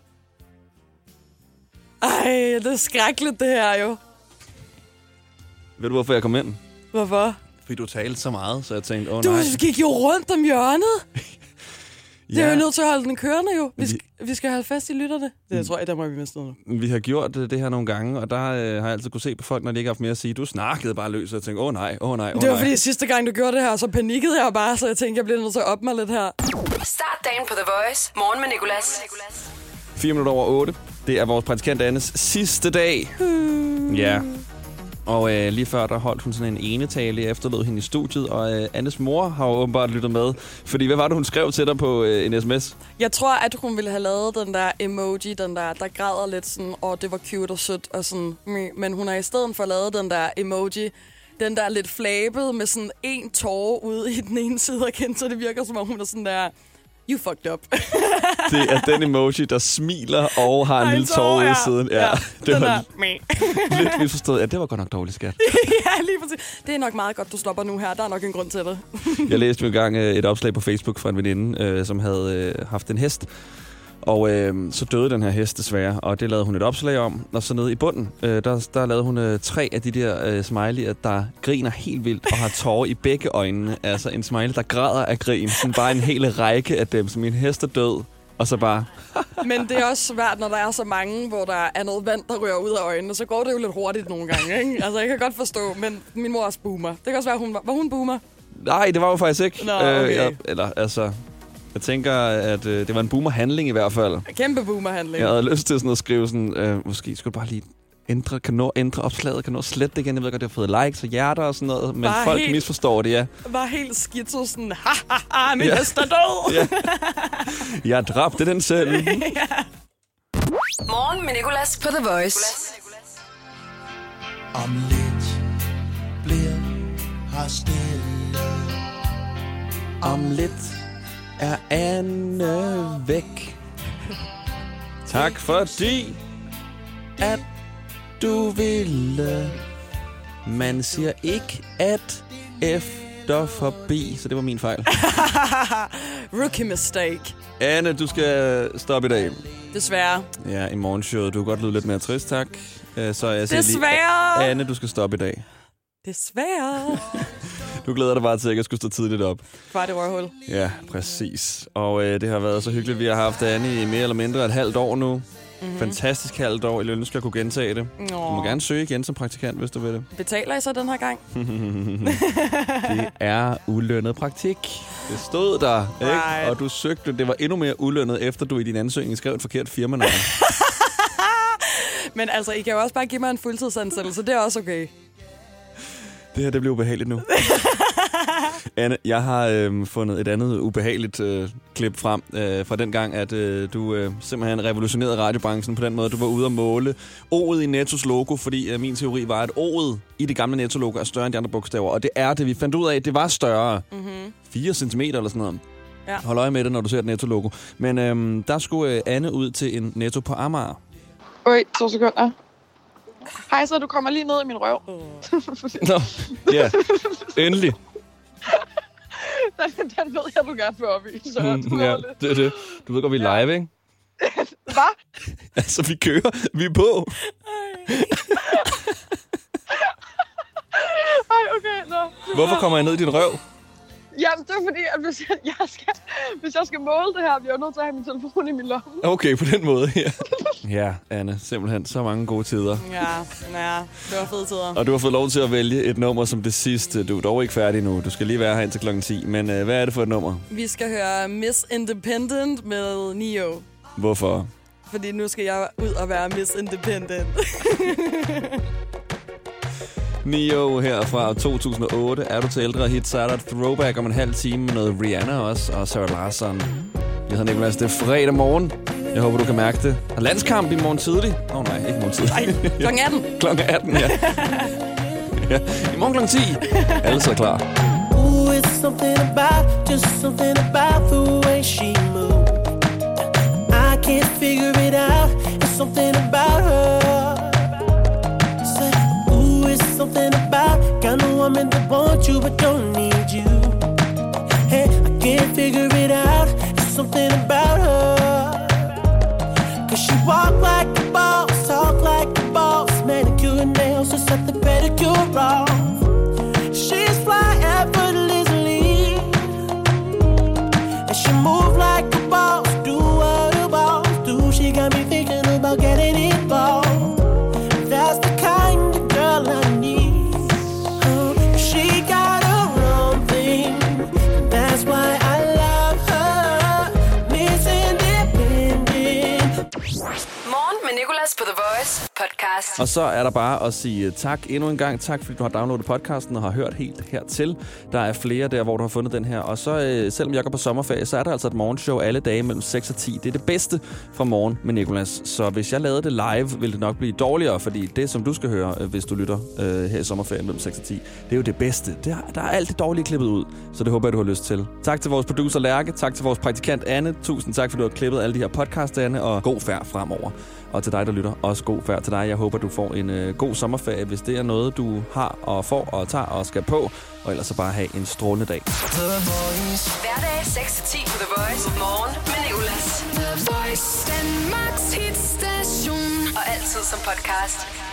Speaker 9: Ej, det er skrækkeligt det her jo.
Speaker 2: Ved du, hvorfor jeg kom ind?
Speaker 9: Hvorfor?
Speaker 2: Fordi du talte så meget, så jeg tænkte, nej.
Speaker 9: Du gik jo rundt om hjørnet. Det er jo nødt til at holde den kørende jo. Vi skal holde fast i lytterne. Det tror jeg, der må vi miste noget.
Speaker 2: Vi har gjort det her nogle gange, og der har jeg altid kunne se på folk, når de ikke har haft mere at sige. Du snakkede bare løs, og jeg tænkte, nej.
Speaker 9: Det var fordi sidste gang, du gjorde det her, så panikkede jeg bare, så jeg tænkte, jeg bliver nødt til at op mig lidt her.
Speaker 1: Start dagen på The Voice. Morgen med Nicolas.
Speaker 2: 7:04. Det er vores praktikant Annes sidste dag. Ja. Og lige før, der holdt hun sådan en enetale, jeg efterlod hende i studiet, og Annes mor har jo åbenbart lyttet med. Fordi hvad var det, hun skrev til dig på en sms?
Speaker 9: Jeg tror, at hun ville have lavet den der emoji, den der græder lidt sådan, det var cute og sødt og sådan. Men hun har i stedet for lavet den der emoji, den der lidt flabet med sådan en tåre ude i den ene side af kendt, så det virker som om hun er sådan der... You fucked up.
Speaker 2: Det er den emoji, der smiler og har en lille tårer ude i siden. Ja, det var lidt misforstået. Ja, det var godt nok dårligt, skat.
Speaker 9: Ja, lige præcis. Det er nok meget godt, du stopper nu her. Der er nok en grund til det.
Speaker 2: Jeg læste jo engang et opslag på Facebook fra en veninde, som havde haft en hest. Og så døde den her hest desværre, og det lavede hun et opslag om. Og så nede i bunden, der lavede hun 3 af de der smiley'er, der griner helt vildt og har tårer i begge øjnene. Altså en smiley, der græder af grin. Sådan bare en hel række af dem, som min hest er død. Og så bare...
Speaker 9: Men det er også svært, når der er så mange, hvor der er noget vand, der rører ud af øjnene. Så går det jo lidt hurtigt nogle gange, ikke? Altså, jeg kan godt forstå, men min mor er også boomer. Det kan også være, var hun boomer?
Speaker 2: Nej, det var jo faktisk ikke.
Speaker 9: Nå, okay.
Speaker 2: Jeg tænker, at det var en boomerhandling i hvert fald.
Speaker 9: Kæmpe boomerhandling.
Speaker 2: Jeg havde lyst til sådan at skrive sådan, måske skulle du bare lige ændre opslaget, kan nå slette det igen. Jeg ved godt, det har fået likes og hjerter og sådan noget, men bare folk misforstår det, ja.
Speaker 9: Var helt skidt sådan, min hest er død.
Speaker 2: Ja. Jeg dræbte den selv.
Speaker 1: Ja. Morgen med Nicolas på The Voice.
Speaker 3: Om lidt bliver her stille.
Speaker 2: Om lidt er Anne væk. Tak fordi at du ville. Man siger ikke at efter forbi, så det var min fejl.
Speaker 9: Rookie mistake.
Speaker 2: Anne, du skal stoppe i dag.
Speaker 9: Desværre.
Speaker 2: Ja, i morgenshowet. Du kan godt lyde lidt mere trist, tak. Så jeg siger
Speaker 9: desværre.
Speaker 2: Lige, Anne, du skal stoppe i dag.
Speaker 9: Desværre.
Speaker 2: Du glæder dig bare til, at jeg skulle stå tidligt op.
Speaker 9: Kvart i røvhul.
Speaker 2: Ja, præcis. Og det har været så hyggeligt. Vi har haft Anne i mere eller mindre et halvt år nu. Mm-hmm. Fantastisk halvt år. Jeg ønsker, at kunne gentage det. Du må gerne søge igen som praktikant, hvis du vil det.
Speaker 9: Betaler I så den her gang?
Speaker 2: Det er ulønnet praktik. Det stod der, ikke? Og du søgte. Det var endnu mere ulønnet, efter du i din ansøgning skrev et forkert firmanavn.
Speaker 9: Men altså, I kan jo også bare give mig en fuldtidsansættelse. Det er også okay.
Speaker 2: Det her, det bliver ubehageligt nu. Anne, jeg har fundet et andet ubehageligt klip frem fra den gang, at du simpelthen revolutionerede radiobranchen på den måde. Du var ude at måle O'et i Nettos logo, fordi min teori var, at O'et i det gamle Netto-logo er større end de andre bogstaver. Og det er det. Vi fandt ud af, at det var større. 4 centimeter eller sådan noget. Ja. Hold øje med det, når du ser et Netto-logo. Men der skulle Anne ud til en Netto på Amager.
Speaker 4: 2 sekunder. Hej, så du kommer lige ned i min røv.
Speaker 2: Nå, ja. Endelig.
Speaker 4: Den ved jeg, du gerne vil op i. Så
Speaker 2: ja, det er det. Du ved godt, vi er live, ikke?
Speaker 4: Hvad?
Speaker 2: Altså, vi kører. Vi er på.
Speaker 4: Ej, okay, nå.
Speaker 2: Hvorfor kommer jeg ned i din røv?
Speaker 4: Jamen, det er fordi, at hvis jeg skal måle det her, bliver jeg nødt til at have min telefon i min lomme.
Speaker 2: Okay, på den måde, ja. Ja, Anne, simpelthen så mange gode tider.
Speaker 9: Ja, det var fede tider.
Speaker 2: Og du har fået lov til at vælge et nummer som det sidste. Du er dog ikke færdig nu. Du skal lige være her indtil klokken 10. Men hvad er det for et nummer?
Speaker 9: Vi skal høre Miss Independent med Nio.
Speaker 2: Hvorfor?
Speaker 9: Fordi nu skal jeg ud og være Miss Independent.
Speaker 2: Nio her fra 2008. Er du til ældre hit, så er der et throwback om en halv time med noget Rihanna også, og Sarah Larsson. Jeg hedder Nicolas, det er fredag morgen. Jeg håber, du kan mærke det. Og landskamp i morgen tidlig. Nej, ikke morgen tidlig.
Speaker 9: Nej, klokken 18.
Speaker 2: Klokken 18, ja. Ja. I morgen klokken 10. Alle så klar.
Speaker 3: Ooh, it's something about, just something about the way she moves. I can't figure it out. It's something about her. Something about kind of woman that wants you but don't need you. Hey, I can't figure it out. It's something about her. Cause she walk like a boss, talk like a boss. Manicure and nails, just set the pedicure off. She's fly effortlessly. And she move like a boss, do what a boss do. She got me thinking about getting involved. That's the kind of girl I need. She got her own thing. That's why I love her. Miss Independent.
Speaker 1: Morgen med Nicolas på The Voice podcast.
Speaker 2: Og så er der bare at sige tak endnu en gang. Tak, fordi du har downloadet podcasten og har hørt helt hertil. Der er flere der, hvor du har fundet den her. Og så, selvom jeg går på sommerferie, så er der altså et morgenshow alle dage mellem 6 og 10. Det er det bedste fra Morgen med Nicolas. Så hvis jeg lavede det live, ville det nok blive dårligere, fordi det, som du skal høre, hvis du lytter her i sommerferien mellem 6 og 10, det er jo det bedste. Der er alt det dårlige klippet ud, så det håber jeg, du har lyst til. Tak til vores producer Lærke. Tak til vores praktikant Anne. Tusind tak, fordi du har klippet alle de her podcast, Anne, og god færd fremover. Og til dig, der lytter, også god færd til dig. Jeg håber, du får en god sommerferie, hvis det er noget, du har og får og tager og skal på. Og ellers så bare have en strålende dag.
Speaker 1: Hverdag 6-10 på The Voice. Morgen med Nicolas.
Speaker 8: The Voice, Danmarks hitstation.
Speaker 1: Og altid som podcast.